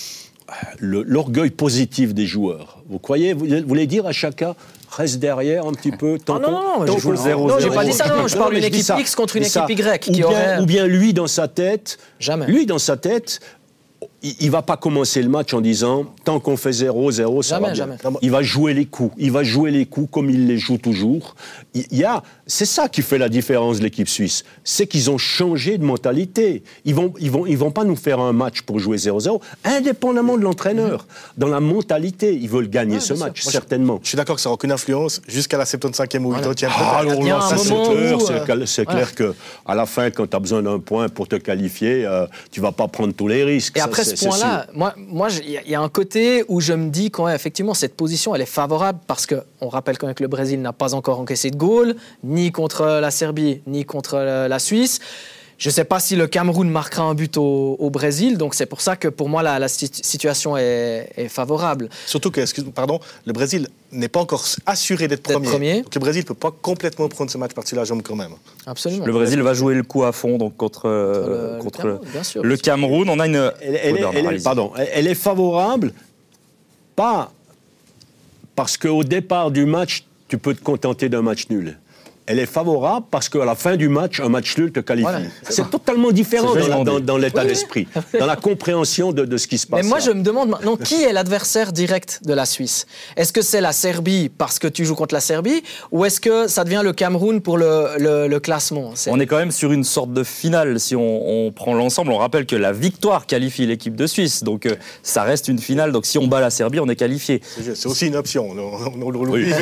S2: le, l'orgueil positif des joueurs. Vous croyez, vous, vous voulez dire à chacun, reste derrière un petit peu.
S3: Ah non, non, non,
S2: je
S3: joue le zéro. Non, j'ai pas dit ça, non, je parle d'une équipe X contre une équipe Y. Qui
S2: ou, bien,
S3: aurait...
S2: ou bien lui, dans sa tête,
S3: Jamais.
S2: lui, dans sa tête, il ne va pas commencer le match en disant tant qu'on fait zéro zéro, ça
S3: jamais,
S2: va bien.
S3: Jamais.
S2: Il va jouer les coups. Il va jouer les coups comme il les joue toujours. Il y a, c'est ça qui fait la différence de l'équipe suisse. C'est qu'ils ont changé de mentalité. Ils ne vont, ils vont, ils vont pas nous faire un match pour jouer zéro zéro, indépendamment de l'entraîneur. Dans la mentalité, ils veulent gagner ouais, ce match, sûr. certainement.
S4: Je suis d'accord que ça n'a aucune influence jusqu'à la soixante-quinzième ou quatre-vingtième.
S2: Ah, alors là, ça, c'est clair,
S3: où,
S2: c'est, euh, c'est clair ouais. qu'à la fin, quand tu as besoin d'un point pour te qualifier, euh, tu ne vas pas prendre tous les risques.
S3: Et
S2: ça,
S3: après
S2: c'est,
S3: ce point-là, moi, moi, il y a un côté où je me dis quand effectivement cette position, elle est favorable parce que on rappelle quand même que le Brésil n'a pas encore encaissé de goal, ni contre la Serbie, ni contre la Suisse. Je ne sais pas si le Cameroun marquera un but au, au Brésil, donc c'est pour ça que pour moi la, la situation est, est favorable.
S4: Surtout que, excuse, pardon, le Brésil n'est pas encore assuré d'être, d'être premier. premier. Donc le Brésil ne peut pas complètement prendre ce match par-dessus la jambe quand même.
S3: Absolument.
S1: Le Brésil va jouer le coup à fond donc contre,
S3: le,
S1: contre
S3: le, Cameroun, bien sûr,
S1: le Cameroun. On a une.
S2: Elle, elle, oh, elle, elle, pardon, elle est favorable, pas parce qu'au départ du match, tu peux te contenter d'un match nul. Elle est favorable parce qu'à la fin du match, un match nul te qualifie. Voilà, c'est c'est totalement différent c'est dans, la, dans, dans l'état oui, d'esprit, oui. dans la compréhension de, de ce qui se passe.
S3: Mais moi,
S2: là.
S3: je me demande maintenant, qui est l'adversaire direct de la Suisse ? Est-ce que c'est la Serbie parce que tu joues contre la Serbie ou est-ce que ça devient le Cameroun pour le, le, le classement ? c'est...
S1: On est quand même sur une sorte de finale si on, on prend l'ensemble. On rappelle que la victoire qualifie l'équipe de Suisse, donc euh, ça reste une finale. Donc si on bat la Serbie, on est qualifié.
S4: C'est, c'est aussi une option. On, on, on,
S2: oui.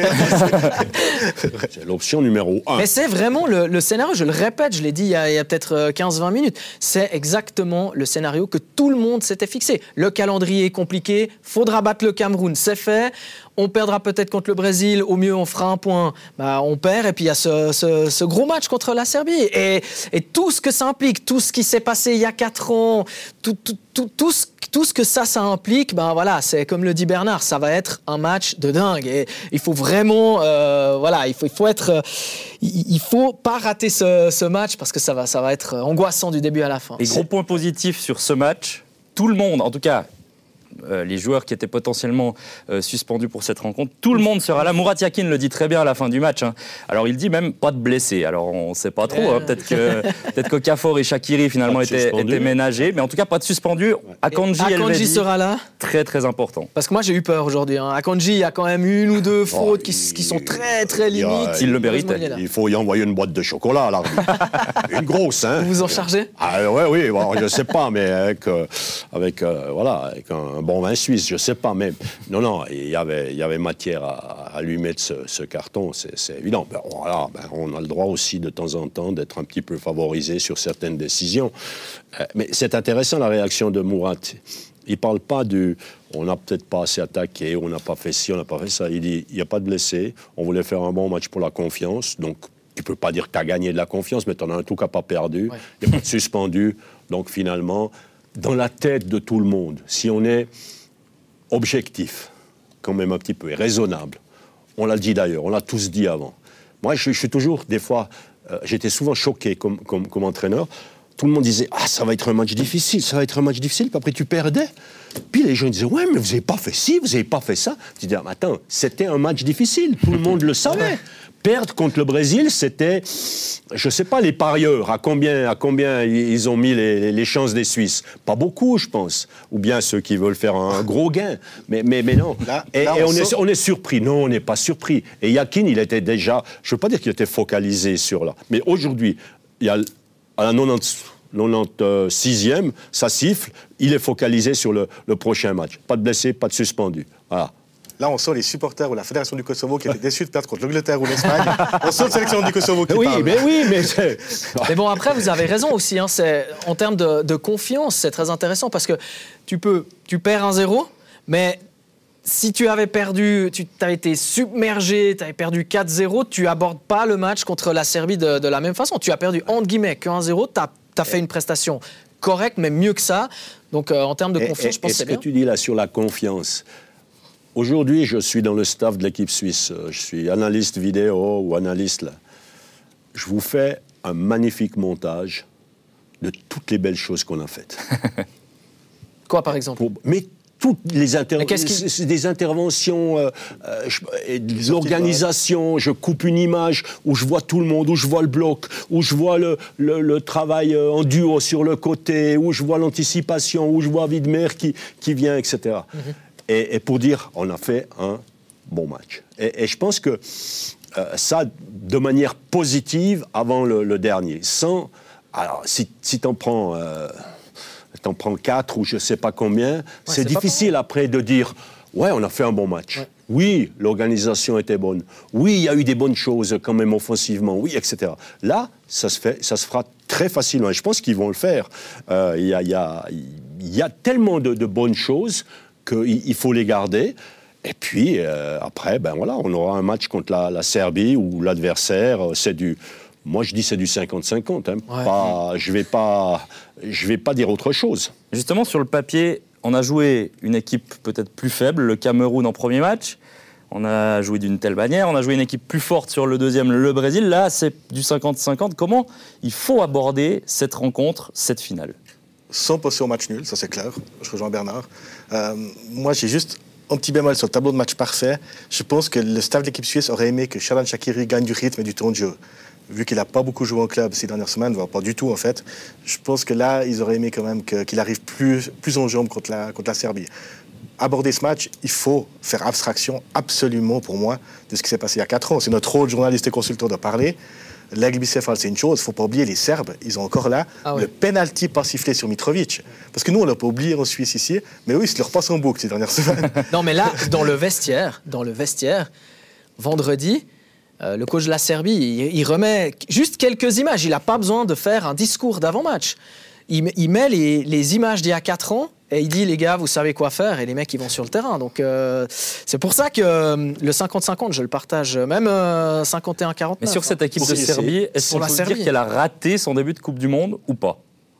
S2: C'est l'option numéro un.
S3: Mais c'est vraiment le, le scénario, je le répète, je l'ai dit il y a, il y a peut-être quinze vingt minutes, c'est exactement le scénario que tout le monde s'était fixé. Le calendrier est compliqué, faudra battre le Cameroun, c'est fait. On perdra peut-être contre le Brésil, au mieux on fera un point, bah, on perd, et puis il y a ce, ce, ce gros match contre la Serbie. Et, et tout ce que ça implique, tout ce qui s'est passé il y a quatre ans, tout, tout, tout, tout, ce, tout ce que ça, ça implique, ben voilà, c'est comme le dit Bernard, ça va être un match de dingue. Et il faut vraiment, euh, voilà, il faut, il faut être, euh, il, il faut pas rater ce, ce match parce que ça va, ça va être angoissant du début à la fin.
S1: Et gros point positif sur ce match, tout le monde, en tout cas, Euh, les joueurs qui étaient potentiellement euh, suspendus pour cette rencontre, tout le monde sera là. Murat Yakin le dit très bien à la fin du match. Hein. Alors il dit même pas de blessés. Alors on ne sait pas trop. Hein. Peut-être que peut-être qu'Okafor et Shaqiri finalement étaient, étaient ménagés, mais en tout cas pas de suspendus. Akanji,
S3: Akanji sera là.
S1: Très très important.
S3: Parce que moi j'ai eu peur aujourd'hui. Hein. Akanji, il y a quand même une ou deux fautes oh, qui, il, qui sont très très limites.
S1: Il le méritait.
S2: Il faut y envoyer une boîte de chocolat à l'arbitre. Une grosse, hein.
S3: Vous vous en chargez ?
S2: Ah ouais, oui, bon, je sais pas, mais avec euh, avec euh, voilà, avec un bon vin suisse, je sais pas, mais non, non, il y avait, il y avait matière à, à lui mettre ce, ce carton, c'est, c'est évident. Ben, voilà, ben, on a le droit aussi de temps en temps d'être un petit peu favorisé sur certaines décisions. Euh, mais c'est intéressant la réaction de Murat. Il parle pas du, on n'a peut-être pas assez attaqué, on n'a pas fait ci, on n'a pas fait ça. Il dit, il n'y a pas de blessés, on voulait faire un bon match pour la confiance, donc tu peux pas dire que tu as gagné de la confiance, mais tu en as en tout cas pas perdu. Ouais. Il n'y a pas de suspendu, donc finalement, dans la tête de tout le monde, si on est objectif, quand même un petit peu, et raisonnable. On l'a dit d'ailleurs, on l'a tous dit avant. Moi, je, je suis toujours, des fois, euh, j'étais souvent choqué comme, comme, comme entraîneur. Tout le monde disait, ah, ça va être un match difficile, ça va être un match difficile, puis après tu perdais. Puis les gens disaient, ouais, mais vous n'avez pas fait ci, vous n'avez pas fait ça. Tu dis, ah, attends, c'était un match difficile, tout le monde le savait. Perdre contre le Brésil, c'était, je ne sais pas, les parieurs, à combien, à combien ils ont mis les, les chances des Suisses. Pas beaucoup, je pense. Ou bien ceux qui veulent faire un gros gain. Mais, mais, mais non. Là, et là, et on, on, est, on est surpris. Non, on n'est pas surpris. Et Yakin, il était déjà, je ne veux pas dire qu'il était focalisé sur là. Mais aujourd'hui, il y a à la quatre-vingt-seizième, ça siffle, il est focalisé sur le, le prochain match. Pas de blessés, pas de suspendus. Voilà.
S4: Là, on sent les supporters ou la Fédération du Kosovo qui étaient déçus de perdre contre l'Angleterre ou l'Espagne. On sent la sélection du Kosovo qui
S2: oui,
S4: parle.
S2: Mais oui, mais c'est...
S3: Mais bon, après, vous avez raison aussi. Hein, c'est, en termes de, de confiance, c'est très intéressant parce que tu peux, tu perds un zéro, mais si tu avais perdu, tu avais été submergé, tu avais perdu quatre zéro, tu abordes pas le match contre la Serbie de, de la même façon. Tu as perdu, entre guillemets, que un zéro, tu as fait une prestation correcte, mais mieux que ça. Donc, euh, en termes de confiance, et, et, je pense que c'est bien.
S2: Est-ce que tu dis là sur la confiance ? Aujourd'hui, je suis dans le staff de l'équipe suisse. Je suis analyste vidéo ou analyste là. Je vous fais un magnifique montage de toutes les belles choses qu'on a faites.
S3: Quoi, par exemple ?
S2: Pour... Mais toutes les inter...
S3: qui...
S2: c'est des interventions, euh, euh, je... de l'organisation. Je coupe une image où je vois tout le monde, où je vois le bloc, où je vois le, le, le travail en duo sur le côté, où je vois l'anticipation, où je vois Widmer qui, qui vient, et cetera. Mm-hmm. et, et pour dire, on a fait un bon match. Et, et je pense que euh, ça, de manière positive, avant le, le dernier, sans... Alors, si, si t'en prends... Euh, t'en prends quatre ou je ne sais pas combien, ouais, c'est, c'est difficile après de dire « ouais, on a fait un bon match ouais. ». Oui, l'organisation était bonne. Oui, il y a eu des bonnes choses quand même offensivement. Oui, et cetera. Là, ça se, fait, ça se fera très facilement. Et je pense qu'ils vont le faire. Euh, il y a, il y a, il y a tellement de, de bonnes choses qu'il il faut les garder. Et puis, euh, après, ben voilà, on aura un match contre la, la Serbie où l'adversaire, c'est du... Moi, je dis c'est du cinquante cinquante. Hein. Ouais. Pas, je ne vais pas, je vais pas dire autre chose.
S1: Justement, sur le papier, on a joué une équipe peut-être plus faible, le Cameroun en premier match. On a joué d'une telle manière. On a joué une équipe plus forte sur le deuxième, le Brésil. Là, c'est du cinquante cinquante. Comment il faut aborder cette rencontre, cette finale ?
S4: Sans passer au match nul, ça c'est clair. Je rejoins Bernard. Euh, moi, j'ai juste un petit bémol sur le tableau de match parfait. Je pense que le staff de l'équipe suisse aurait aimé que Xherdan Shaqiri gagne du rythme et du temps de jeu. Vu qu'il n'a pas beaucoup joué en club ces dernières semaines, voire pas du tout en fait, je pense que là, ils auraient aimé quand même que, qu'il arrive plus, plus en jambes contre la, contre la Serbie. Aborder ce match, il faut faire abstraction absolument pour moi de ce qui s'est passé il y a quatre ans. C'est notre rôle, journaliste et consultant, de parler. L'aigle bicéphale, c'est une chose. Il ne faut pas oublier les Serbes, ils ont encore là ah ouais. le penalty pas sifflé sur Mitrovic. Parce que nous, on ne l'a pas oublié en Suisse ici, mais eux, ils se le repassent en boucle ces dernières semaines.
S3: Non, mais là, dans le vestiaire, dans le vestiaire, vendredi, Euh, le coach de la Serbie, il, il remet juste quelques images. Il n'a pas besoin de faire un discours d'avant-match. Il, il met les, les images d'il y a quatre ans et il dit, les gars, vous savez quoi faire, et les mecs, ils vont sur le terrain. Donc, euh, c'est pour ça que euh, le cinquante cinquante, je le partage, même euh, cinquante et un quarante-neuf.
S1: Mais sur cette équipe de Serbie, est-ce qu'on peut dire qu'elle a raté son début de Coupe du Monde ou pas ?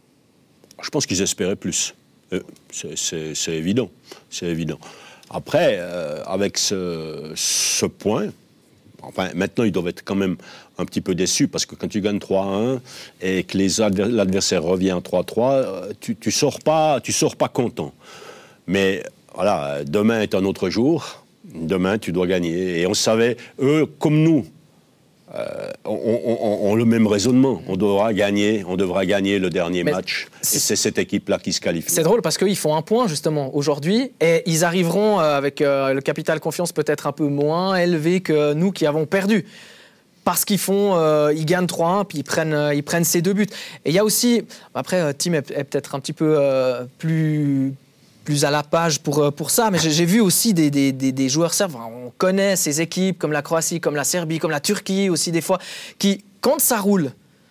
S2: Je pense qu'ils espéraient plus. Euh, c'est, c'est, c'est évident. C'est évident. Après, euh, avec ce, ce point... Enfin, maintenant, ils doivent être quand même un petit peu déçus parce que quand tu gagnes trois à un et que les adver- l'adversaire revient à trois à trois, tu ne sors pas, tu sors pas content. Mais voilà, demain est un autre jour. Demain, tu dois gagner. Et on savait, eux, comme nous, euh, ont, on, on le même raisonnement. On devra gagner, on devra gagner le dernier Mais match. Et c'est cette équipe-là qui se qualifie.
S3: C'est drôle parce qu'ils font un point, justement, aujourd'hui. Et ils arriveront euh, avec euh, le capital confiance peut-être un peu moins élevé que nous qui avons perdu. Parce qu'ils font, euh, ils gagnent trois un, puis ils prennent, euh, ils prennent ces deux buts. Et il y a aussi, après, euh, Tim est, est peut-être un petit peu euh, plus... plus à la page pour, pour ça, mais j'ai, j'ai vu aussi des, des, des, des joueurs serbes, on connaît ces équipes comme la Croatie, comme la Serbie, comme la Turquie aussi des fois, qui, quand ça roule,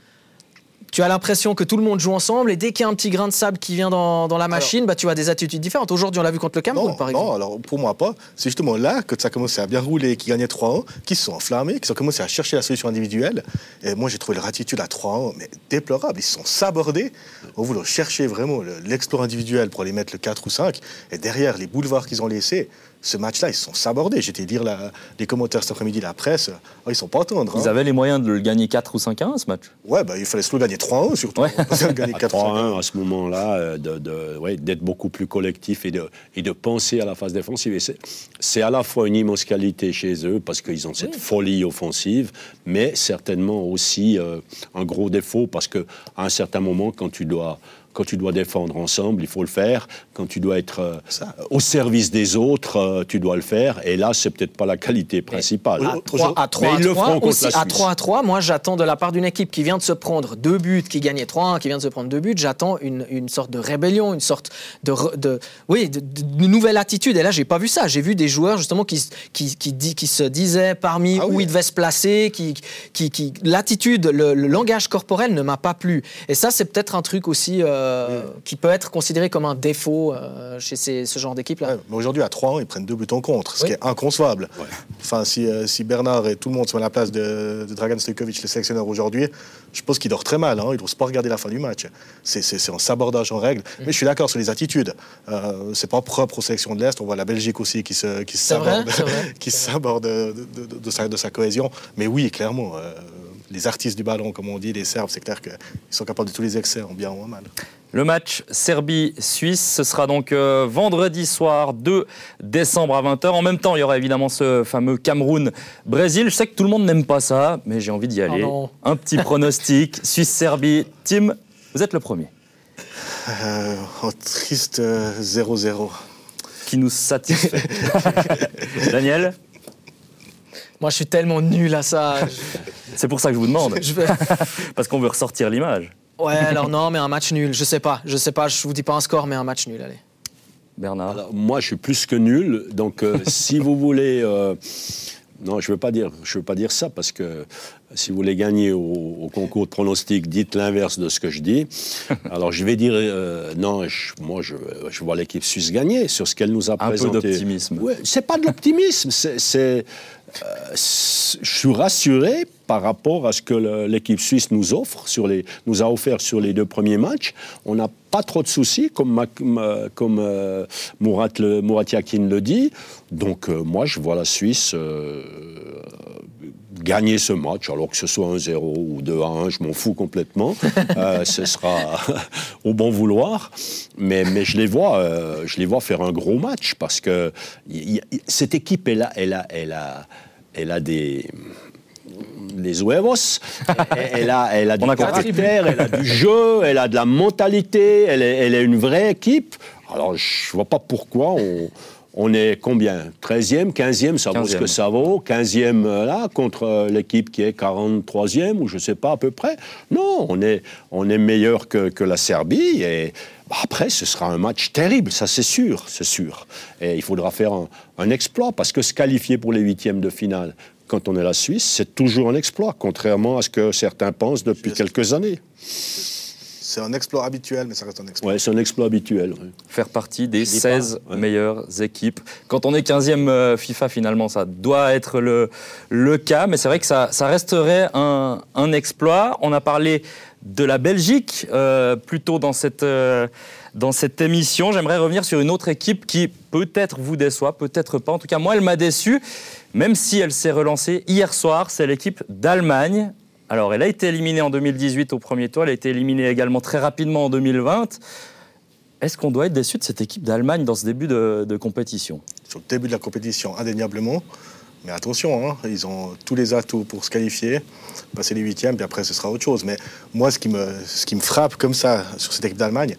S3: tu as l'impression que tout le monde joue ensemble et dès qu'il y a un petit grain de sable qui vient dans, dans la machine, alors, bah, tu as des attitudes différentes. Aujourd'hui, on l'a vu contre le Cameroun,
S4: non,
S3: par exemple.
S4: Non, alors pour moi pas. C'est justement là que ça a commencé à bien rouler, qu'ils gagnaient trois un, qu'ils se sont enflammés, qu'ils ont commencé à chercher la solution individuelle. Et moi, j'ai trouvé leur attitude à trois un, mais déplorable. Ils se sont sabordés en voulant chercher vraiment le, l'exploit individuel pour aller mettre le quatre ou cinq. Et derrière, les boulevards qu'ils ont laissés, ce match-là, ils se sont sabordés. J'étais lire la, les commentaires cet après-midi, la presse, oh, ils sont pas tendres.
S1: Ils
S4: hein.
S1: avaient les moyens de le gagner quatre ou cinq à un, ce match.
S4: Ouais, bah, il fallait se le gagner trois un surtout.
S1: Ouais.
S4: Gagner quatre
S2: trois un à ce moment-là, de, de, ouais, d'être beaucoup plus collectif et de, et de penser à la phase défensive. Et c'est, c'est à la fois une immense qualité chez eux, parce qu'ils ont cette oui. folie offensive, mais certainement aussi euh, un gros défaut, parce qu'à un certain moment, quand tu dois... Quand tu dois défendre ensemble, il faut le faire. Quand tu dois être euh, au service des autres, euh, tu dois le faire. Et là, c'est peut-être pas la qualité principale.
S3: À trois à trois, aussi, à trois à trois, moi, j'attends de la part d'une équipe qui vient de se prendre deux buts, qui gagnait trois un, qui vient de se prendre deux buts, j'attends une, une sorte de rébellion, une sorte de, de, oui, de, de nouvelle attitude. Et là, j'ai pas vu ça. J'ai vu des joueurs, justement, qui, qui, qui, qui, qui se disaient parmi ah oui. où ils devaient se placer, qui, qui, qui, l'attitude, le, le langage corporel ne m'a pas plu. Et ça, c'est peut-être un truc aussi... Euh, Euh, mmh. qui peut être considéré comme un défaut euh, chez ces, ce genre d'équipe-là.
S4: Ouais, mais aujourd'hui, à trois un, ils prennent deux buts en contre, ce oui. qui est inconcevable. Ouais. Enfin, si, euh, si Bernard et tout le monde se mettent à la place de, de Dragan Stojkovic, le sélectionneur aujourd'hui, je pense qu'il dort très mal. Hein, il ne doit pas regarder la fin du match. C'est, c'est, c'est un sabordage en règle. Mmh. Mais je suis d'accord sur les attitudes. Euh, c'est pas propre aux sélections de l'Est. On voit la Belgique aussi qui se, qui se saborde,
S3: vrai,
S4: qui se saborde de, de, de, de, sa, de sa cohésion. Mais oui, clairement... Euh, les artistes du ballon, comme on dit, les Serbes, c'est clair qu'ils sont capables de tous les excès, en bien ou en mal.
S1: Le match Serbie-Suisse, ce sera donc euh, vendredi soir, deux décembre à vingt heures. En même temps, il y aura évidemment ce fameux Cameroun-Brésil. Je sais que tout le monde n'aime pas ça, mais j'ai envie d'y aller.
S3: Oh
S1: Un petit pronostic, Suisse-Serbie. Tim, vous êtes le premier.
S4: Euh, un triste euh, zéro zéro.
S1: Qui nous satisfait. Daniel?
S3: Moi, je suis tellement nul à ça.
S1: C'est pour ça que je vous demande.
S3: Je vais...
S1: Parce qu'on veut ressortir l'image.
S3: Ouais, alors non, mais un match nul. Je sais pas. Je sais pas. Je vous dis pas un score, mais un match nul. Allez.
S1: Bernard?
S2: Alors, moi, je suis plus que nul. Donc, euh, si vous voulez... Euh, non, je ne veux pas dire, je veux pas dire ça, parce que si vous voulez gagner au, au concours de pronostic, dites l'inverse de ce que je dis. Alors, je vais dire... Euh, non, je, moi, je, je vois l'équipe suisse gagner sur ce qu'elle nous a
S1: un
S2: présenté.
S1: Un peu d'optimisme.
S2: Ouais, c'est pas de l'optimisme. C'est... c'est Euh, je suis rassuré par rapport à ce que le, l'équipe suisse nous offre, sur les, nous a offert sur les deux premiers matchs. On n'a pas trop de soucis, comme, ma, ma, comme euh, Murat, le, Murat Yakin le dit. Donc euh, moi, je vois la Suisse euh, gagner ce match, alors que ce soit un zéro ou deux à un, je m'en fous complètement. euh, ce sera au bon vouloir. Mais, mais je, les vois, euh, je les vois faire un gros match, parce que y, y, cette équipe, elle a... Elle a, elle a Elle a des, des huevos, elle a, elle a du caractère, elle a du jeu, elle a de la mentalité, elle est, elle est une vraie équipe. Alors, je ne vois pas pourquoi on, on est combien treizième, quinzième, ça vaut ce que ça vaut. quinzième là, contre l'équipe qui est quarante-troisième, ou je ne sais pas à peu près. Non, on est, on est meilleur que, que la Serbie. Et bah, après, ce sera un match terrible, ça c'est sûr, c'est sûr. Et il faudra faire un, un exploit, parce que se qualifier pour les huitièmes de finale, quand on est la Suisse, c'est toujours un exploit, contrairement à ce que certains pensent depuis quelques années.
S4: C'est un exploit habituel, mais ça reste un exploit.
S2: Oui, c'est un exploit habituel. Oui.
S1: Faire partie des seize
S2: ouais.
S1: meilleures équipes. Quand on est quinzième FIFA, finalement, ça doit être le, le cas, mais c'est vrai que ça, ça resterait un, un exploit. On a parlé de la Belgique, euh, plutôt dans cette, euh, dans cette émission. J'aimerais revenir sur une autre équipe qui peut-être vous déçoit, peut-être pas. En tout cas, moi, elle m'a déçu, même si elle s'est relancée hier soir. C'est l'équipe d'Allemagne. Alors, elle a été éliminée en deux mille dix-huit au premier tour. Elle a été éliminée également très rapidement en deux mille vingt. Est-ce qu'on doit être déçu de cette équipe d'Allemagne dans ce début de, de compétition?
S4: Sur le début de la compétition, indéniablement. Mais attention, hein, ils ont tous les atouts pour se qualifier, passer les huitièmes, puis après, ce sera autre chose. Mais moi, ce qui me, ce qui me frappe comme ça sur cette équipe d'Allemagne,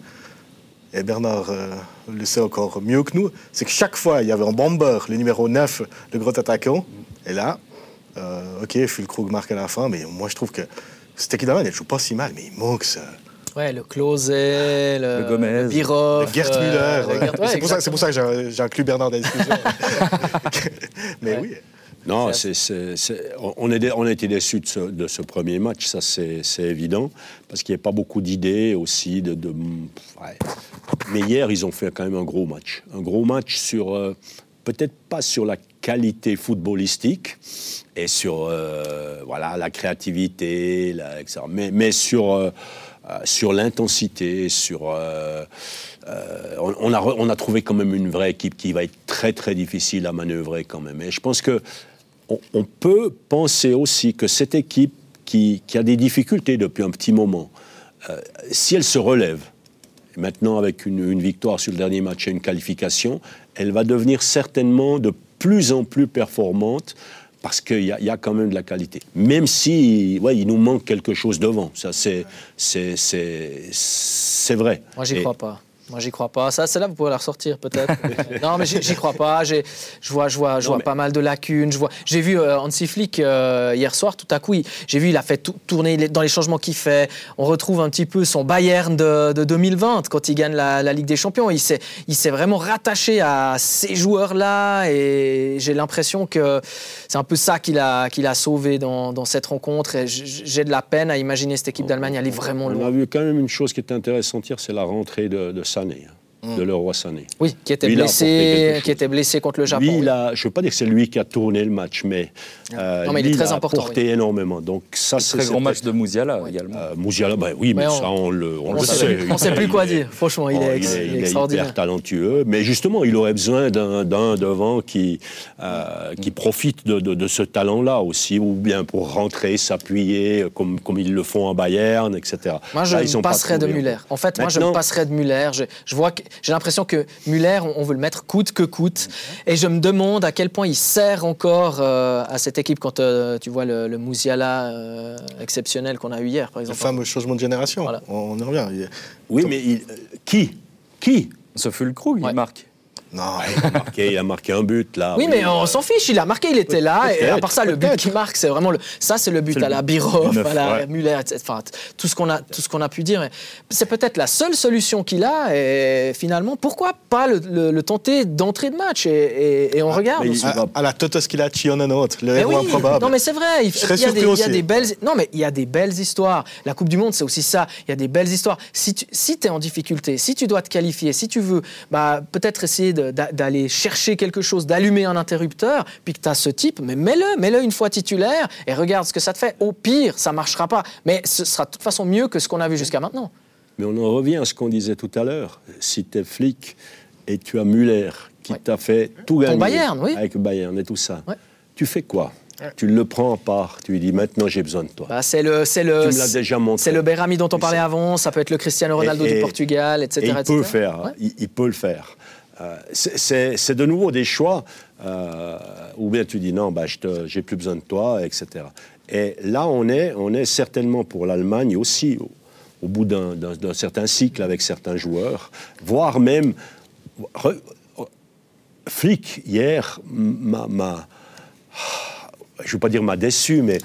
S4: et Bernard euh, le sait encore mieux que nous, c'est que chaque fois, il y avait un bomber, le numéro neuf, le gros attaquant. Et là, euh, ok, Füllkrug marque à la fin, mais moi, je trouve que cette équipe d'Allemagne, elle ne joue pas si mal, mais il manque ça.
S3: Ouais, le Klose, le,
S1: le Gomez,
S3: le Birov,
S4: le Gerd Müller.
S3: Euh,
S4: ouais. Ouais, c'est, pour ça, c'est pour ça que j'ai inclus Bernard dans la discussion. Mais ouais. Oui.
S2: Non, c'est, c'est, c'est, on, est, on a été déçus de ce, de ce premier match, ça c'est, c'est évident, parce qu'il n'y a pas beaucoup d'idées aussi. De, de, ouais. Mais hier, ils ont fait quand même un gros match. Un gros match sur, euh, peut-être pas sur la qualité footballistique et sur euh, voilà, la créativité, la, et cetera, mais, mais sur, euh, sur l'intensité, sur... Euh, Euh, on, on, a, on a trouvé quand même une vraie équipe qui va être très très difficile à manœuvrer quand même. Et je pense que on, on peut penser aussi que cette équipe qui, qui a des difficultés depuis un petit moment, euh, si elle se relève, maintenant avec une, une victoire sur le dernier match et une qualification, elle va devenir certainement de plus en plus performante, parce qu'il y, y a quand même de la qualité. Même si, ouais, il nous manque quelque chose devant. Ça, c'est, c'est, c'est, c'est vrai.
S3: Moi, j'y
S2: et,
S3: crois pas. Moi, j'y crois pas. Ça, celle-là, vous pouvez la ressortir, peut-être. Non, mais j'y, j'y crois pas. J'ai, je vois, je vois, je non, vois mais... pas mal de lacunes. Je vois, j'ai vu euh, Hansi Flick euh, hier soir, tout à coup, il, j'ai vu, il a fait tout, tourner les, dans les changements qu'il fait. On retrouve un petit peu son Bayern de, de deux mille vingt, quand il gagne la, la Ligue des Champions. Il s'est, il s'est vraiment rattaché à ces joueurs-là, et j'ai l'impression que c'est un peu ça qu'il a, qu'il a sauvé dans, dans cette rencontre. Et j'ai de la peine à imaginer cette équipe d'Allemagne aller vraiment loin.
S2: On a vu quand même une chose qui est intéressante hier, c'est la rentrée de, de Sané. de Leroy Sané.
S3: Oui, qui était,
S2: lui,
S3: blessé, qui était blessé contre le Japon.
S2: Lui,
S3: oui.
S2: il a, je ne veux pas dire que c'est lui qui a tourné le match, mais, euh,
S3: non, mais
S2: lui,
S3: il est très
S2: il a
S3: important,
S2: porté
S3: oui.
S2: énormément. Donc, ça, c'est
S1: très grand match
S2: peut-être-
S1: de Mouziala
S3: Ouais.
S1: également.
S2: Euh, Mouziala, ben oui, mais,
S3: Mais on-
S2: ça, on le, on
S3: On
S2: le
S3: ne
S2: sait.
S3: sait, on sait plus
S2: Il
S3: quoi
S2: est-
S3: dire. Franchement, il
S2: Oh,
S3: est,
S2: il est,
S3: il
S2: il
S3: est
S2: est
S3: extraordinaire.
S2: hyper talentueux, mais justement, il aurait besoin d'un, d'un devant qui, euh, qui profite de, de, de ce talent-là aussi, ou bien pour rentrer, s'appuyer, comme, comme ils le font à Bayern, et cetera.
S3: Moi, je
S2: Là, ils
S3: me
S2: sont pas
S3: passerais de
S2: trouvés
S3: Müller.
S2: encore.
S3: En fait, moi, je
S2: Maintenant-
S3: me passerais de Müller. Je, je vois que, j'ai l'impression que Müller, on, on veut le mettre coûte que coûte. Et je me demande à quel point il sert encore euh, à cette équipe quand euh, tu vois le, le Musiala euh, exceptionnel qu'on a eu hier, par
S4: Le
S3: exemple.
S4: fameux changement de génération.
S3: Voilà.
S4: On, on y revient. Il-
S2: Oui, mais il- euh, qui Qui
S1: Ce fut le Krug,
S3: Ouais.
S1: il marque.
S4: Non,
S2: il a, marqué, il a marqué un but, là.
S3: Oui, mais on s'en fiche, il a marqué, il était là. Et à part ça, le but
S2: peut-être.
S3: qu'il marque, c'est vraiment le. Ça, c'est le but
S1: C'est le
S3: à la
S1: but
S3: Birov,
S1: du neuf,
S3: à la
S1: ouais.
S3: Müller, et cetera. Enfin, t- tout ce qu'on a, tout ce qu'on a pu dire. C'est peut-être la seule solution qu'il a. Et finalement, pourquoi pas le, le- le tenter d'entrée de match et, et- et on regarde.
S2: mais
S3: on
S2: il-
S3: se-
S4: à, à la Toto Schilacci en un autre, le
S3: Mais
S4: héros
S3: oui,
S4: improbable.
S3: non mais c'est vrai, il,
S4: Je serais
S3: il y a des,
S4: surpris
S3: il y a
S4: aussi.
S3: des belles, non mais il y a des belles histoires. La Coupe du Monde, c'est aussi ça. Il y a des belles histoires. Si tu si es en difficulté, si tu dois te qualifier, si tu veux, bah peut-être essayer de- d'a- d'aller chercher quelque chose, d'allumer un interrupteur, puis que tu as ce type, mais mets-le, mets-le une fois titulaire et regarde ce que ça te fait. Au pire, ça marchera pas, mais ce sera de toute façon mieux que ce qu'on a vu jusqu'à maintenant.
S2: Mais on en revient à ce qu'on disait tout à l'heure. Si tu es flic et tu as Müller qui
S3: Ouais.
S2: t'a fait tout gagner
S3: Bayern, oui.
S2: avec Bayern et tout ça,
S3: Ouais.
S2: tu fais quoi? Tu le prends à part, tu lui dis maintenant j'ai besoin de toi.
S3: Bah, c'est le, c'est le,
S2: Tu me l'as déjà montré.
S3: c'est le Berami dont on
S2: Et
S3: parlait
S2: c'est-
S3: avant. Ça peut être le Cristiano Ronaldo
S2: Et-
S3: du
S2: et-
S3: Portugal, et
S2: Et
S3: cetera
S2: il
S3: et cetera.
S2: peut faire,
S3: Ouais.
S2: il, il peut le faire. Euh, c'est- c'est c'est de nouveau des choix, euh, ou bien tu dis non, bah, je te- j'ai plus besoin de toi, et cetera. Et là, on est, on est certainement pour l'Allemagne aussi, au, au bout d'un d'un- d'un certain cycle avec certains joueurs, voire même. Re, Flick, hier, m'a. m'a- je ne veux pas dire m'a déçu, mais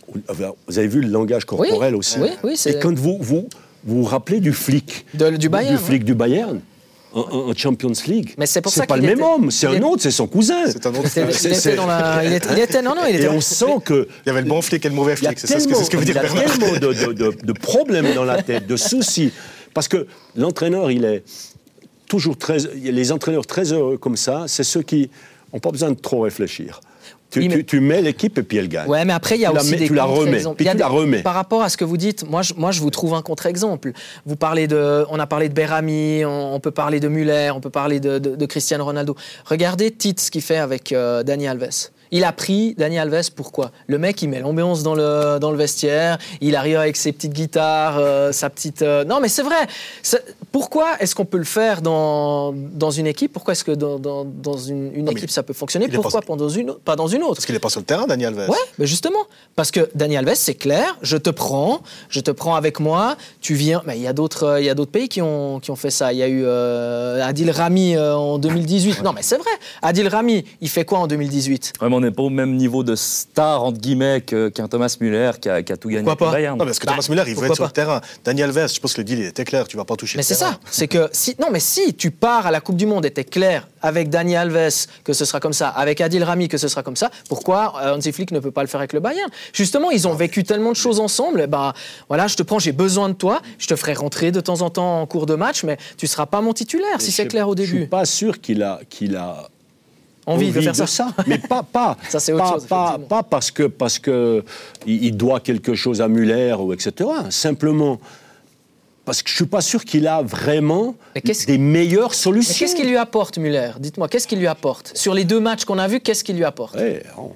S2: vous avez vu le langage corporel
S3: Oui,
S2: aussi.
S3: oui, oui, c'est-
S2: Et quand vous vous, vous vous rappelez du Flick,
S3: De- du Bayern,
S2: du Flick du Bayern, en, en- en Champions League,
S3: Mais c'est pour ça
S2: pas
S3: qu'il
S2: le même
S3: était-
S2: homme, c'est
S3: il
S2: un
S3: est-
S2: autre, c'est son cousin.
S4: C'est un autre
S3: Il était-
S4: frère.
S3: il
S2: C'est-
S3: était
S2: c'est-
S3: dans la, il était, il était- non non, il était.
S2: Et on sent que
S4: Il y avait le bon flic et le mauvais
S2: il y a
S4: flic, c'est ça ce que,
S2: tellement,
S4: c'est ce que veut dire
S2: il y a
S4: Bernard.
S2: tellement de, de- de- de problèmes dans la tête, de soucis. Parce que l'entraîneur, il est toujours très... Les entraîneurs très heureux comme ça, c'est ceux qui n'ont pas besoin de trop réfléchir. Tu,
S3: Oui, mais-
S2: tu- tu mets l'équipe et puis elle gagne.
S3: Ouais, mais après, il y a
S2: Tu la
S3: aussi
S2: mets-
S3: des
S2: tu la remets,
S3: contre-exemples.
S2: puis
S3: Il y a
S2: tu
S3: des-
S2: la remets.
S3: Par rapport à ce que vous dites, moi, je, moi, je vous trouve un contre-exemple. Vous parlez de, on a parlé de Berami, on, on peut parler de Müller, on peut parler de, de- de Cristiano Ronaldo. Regardez Tite, ce qu'il fait avec euh, Dani Alves. Il a pris Dani Alves, pourquoi? Le mec, il met l'ambiance dans le, dans le vestiaire, il arrive avec ses petites guitares, euh, sa petite... euh, Non, mais c'est vrai. C'est- Pourquoi est-ce qu'on peut le faire dans, dans une équipe? Pourquoi est-ce que dans, dans, dans une, une
S4: mais
S3: équipe, ça peut fonctionner?
S4: il est pas-
S3: Pourquoi pas dans une, pas dans une autre?
S4: Parce qu'il n'est pas sur le terrain, Dani Alves.
S3: Ouais, mais justement, parce que Dani Alves, c'est clair, je te prends, je te prends avec moi, tu viens. Mais il y a d'autres, euh, il y a d'autres pays qui ont, qui ont fait ça. Il y a eu euh, Adil Rami euh, en deux mille dix-huit. Non, mais c'est vrai. Adil Rami, il fait quoi en deux mille dix-huit?
S1: Vraiment, on n'est pas au même niveau de star, entre guillemets, que- qu'un Thomas Müller qui a, qui a tout gagné
S3: Pourquoi
S1: avec
S3: pas
S1: le Bayern.
S4: Non, parce que
S3: Bah,
S4: Thomas Müller, il veut
S3: pourquoi
S4: être sur
S3: pas
S4: le terrain. Dani Alves, je pense que le deal il était clair, tu vas pas toucher
S3: Mais
S4: le
S3: c'est
S4: terrain.
S3: ça, c'est que si non mais si tu pars à la Coupe du Monde et t'es clair avec Dani Alves que ce sera comme ça, avec Adil Rami que ce sera comme ça, pourquoi euh, Hansi Flick ne peut pas le faire avec le Bayern? Justement, ils ont vécu tellement de choses ensemble. Bah voilà, je te prends, j'ai besoin de toi, je te ferai rentrer de temps en temps en cours de match, mais tu seras pas mon titulaire si
S2: Je
S3: c'est
S2: sais-
S3: clair au
S2: Je suis
S3: début.
S2: pas sûr qu'il a, qu'il a
S3: Envie, de faire ça.
S2: Mais pas, pas,
S3: Ça, c'est autre
S2: pas,
S3: chose,
S2: pas,
S3: effectivement.
S2: pas parce que parce que il il doit quelque chose à Müller ou et cetera. Simplement parce que je suis pas sûr qu'il a vraiment
S3: Mais qu'est-ce-
S2: des meilleures
S3: Mais
S2: solutions.
S3: qu'est-ce qu'il lui apporte, Müller? Dites-moi, qu'est-ce qu'il lui apporte? Sur les deux matchs qu'on a vus, qu'est-ce qu'il lui apporte?
S2: Ouais, on-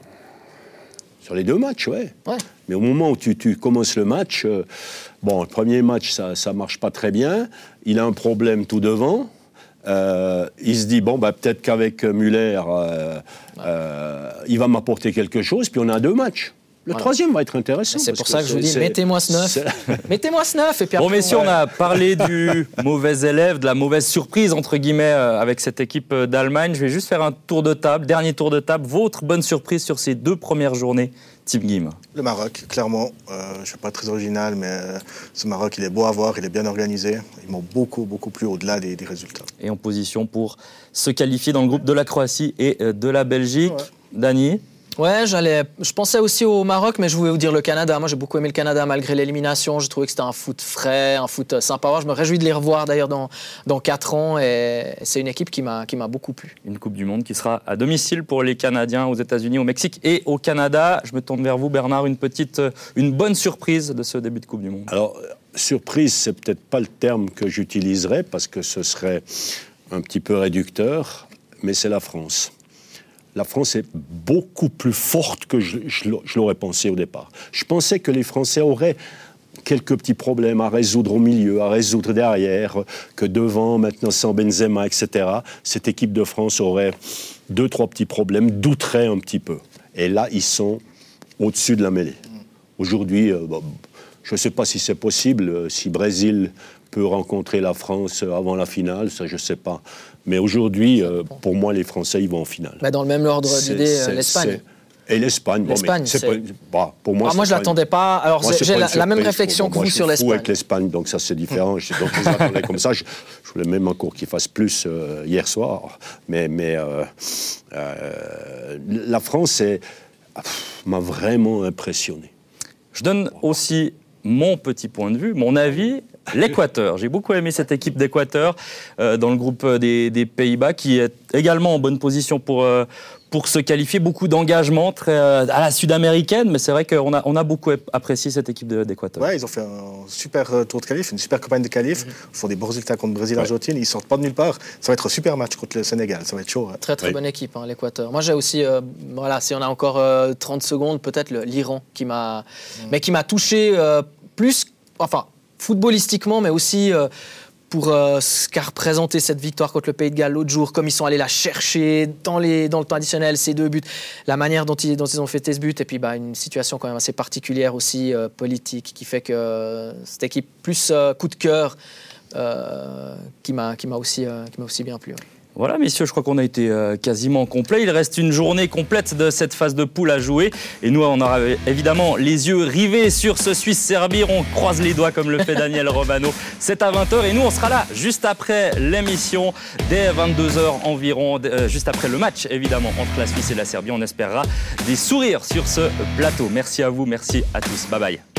S2: Sur les deux matchs, ouais.
S3: Ouais.
S2: Mais au moment où tu, tu commences le match, euh, bon, le premier match, ça ne marche pas très bien. Il a un problème tout devant. Euh, il se dit, bon, bah, peut-être qu'avec Müller, euh, euh, il va m'apporter quelque chose. Puis on a deux matchs. Le
S3: Voilà.
S2: troisième va être intéressant.
S3: C'est
S2: parce
S3: pour ça que je vous dis,
S2: c'est-
S3: mettez-moi ce neuf.
S2: c'est-
S3: Mettez-moi ce neuf et puis
S1: Bon,
S3: après,
S1: messieurs,
S3: on-
S1: on a parlé du mauvais élève, de la mauvaise surprise, entre guillemets, euh, avec cette équipe euh, d'Allemagne. Je vais juste faire un tour de table, dernier tour de table. Votre bonne surprise sur ces deux premières journées, Tim Guim.
S4: Le Maroc, clairement. Euh, je ne suis pas très original, mais euh, ce Maroc, il est beau à voir, il est bien organisé. Ils m'ont beaucoup, beaucoup plu au-delà des, des résultats.
S1: Et en position pour se qualifier dans le groupe de la Croatie et euh, de la Belgique.
S4: Ouais.
S1: Dany?
S3: Ouais, j'allais, je pensais aussi au Maroc, mais je voulais vous dire le Canada. Moi, j'ai beaucoup aimé le Canada malgré l'élimination. J'ai trouvé que c'était un foot frais, un foot sympa à voir. Je me réjouis de les revoir d'ailleurs dans, dans quatre ans. Et c'est une équipe qui m'a, qui m'a beaucoup plu.
S1: Une Coupe du Monde qui sera à domicile pour les Canadiens aux États-Unis, au Mexique et au Canada. Je me tourne vers vous, Bernard. Une petite, une bonne surprise de ce début de Coupe du Monde.
S2: Alors, surprise, c'est peut-être pas le terme que j'utiliserais parce que ce serait un petit peu réducteur, mais c'est la France. La France est beaucoup plus forte que je, je, je l'aurais pensé au départ. Je pensais que les Français auraient quelques petits problèmes à résoudre au milieu, à résoudre derrière, que devant, maintenant sans Benzema, et cetera, cette équipe de France aurait deux, trois petits problèmes, douterait un petit peu. Et là, ils sont au-dessus de la mêlée. Aujourd'hui, euh, bon, je ne sais pas si c'est possible, euh, si Brésil peut rencontrer la France avant la finale, ça je ne sais pas. Mais aujourd'hui, euh, pour moi, les Français, ils vont en finale.
S3: Bah dans le même ordre d'idée, euh, l'Espagne.
S2: Et l'Espagne, bon,
S3: l'Espagne,
S2: mais c'est
S3: c'est...
S2: Pas, bah, pour moi,
S3: ah, moi je ne l'attendais pas. Alors,
S2: moi,
S3: j'ai la, la même
S2: surprise,
S3: réflexion que
S2: moi,
S3: vous sur l'Espagne.
S2: Je suis fou avec l'Espagne, donc ça c'est différent. Je, donc je les attendais comme ça. Je, je voulais même encore qu'ils fassent plus euh, hier soir. Mais, mais euh, euh, la France est, pff, m'a vraiment impressionné.
S1: Je donne aussi mon petit point de vue, mon avis. L'Équateur. J'ai beaucoup aimé cette équipe d'Équateur euh, dans le groupe des, des Pays-Bas qui est également en bonne position pour, euh, pour se qualifier. Beaucoup d'engagement très, euh, à la sud-américaine, mais c'est vrai qu'on a, on a beaucoup apprécié cette équipe de, d'Équateur.
S4: Ouais, ils ont fait un super tour de qualif, une super campagne de qualif. Ils font des bons résultats contre le Brésil, l'Argentine. Ouais. Ils sortent pas de nulle part. Ça va être un super match contre le Sénégal. Ça va être chaud. Hein.
S3: Très très
S2: ouais.
S3: bonne équipe, hein, l'Équateur. Moi j'ai aussi, euh, voilà, si on a encore euh, trente secondes, peut-être le, l'Iran qui m'a, mmh. mais qui m'a touché euh, plus, enfin. footballistiquement, mais aussi euh, pour euh, ce qu'a représenté cette victoire contre le Pays de Galles l'autre jour, comme ils sont allés la chercher dans, les, dans le temps additionnel, ces deux buts, la manière dont ils, dont ils ont fêté ce but, et puis bah, une situation quand même assez particulière aussi, euh, politique, qui fait que euh, cette équipe, plus euh, coup de cœur, euh, qui m'a, qui m'a aussi, euh, qui m'a aussi bien plu. Ouais.
S1: Voilà, messieurs, je crois qu'on a été euh, quasiment complet. Il reste une journée complète de cette phase de poule à jouer. Et nous, on aura évidemment les yeux rivés sur ce Suisse-Serbie. On croise les doigts comme le fait Daniel Romano. C'est à vingt heures et nous, on sera là juste après l'émission, dès vingt-deux heures environ, euh, juste après le match, évidemment, entre la Suisse et la Serbie. On espérera des sourires sur ce plateau. Merci à vous, merci à tous. Bye bye.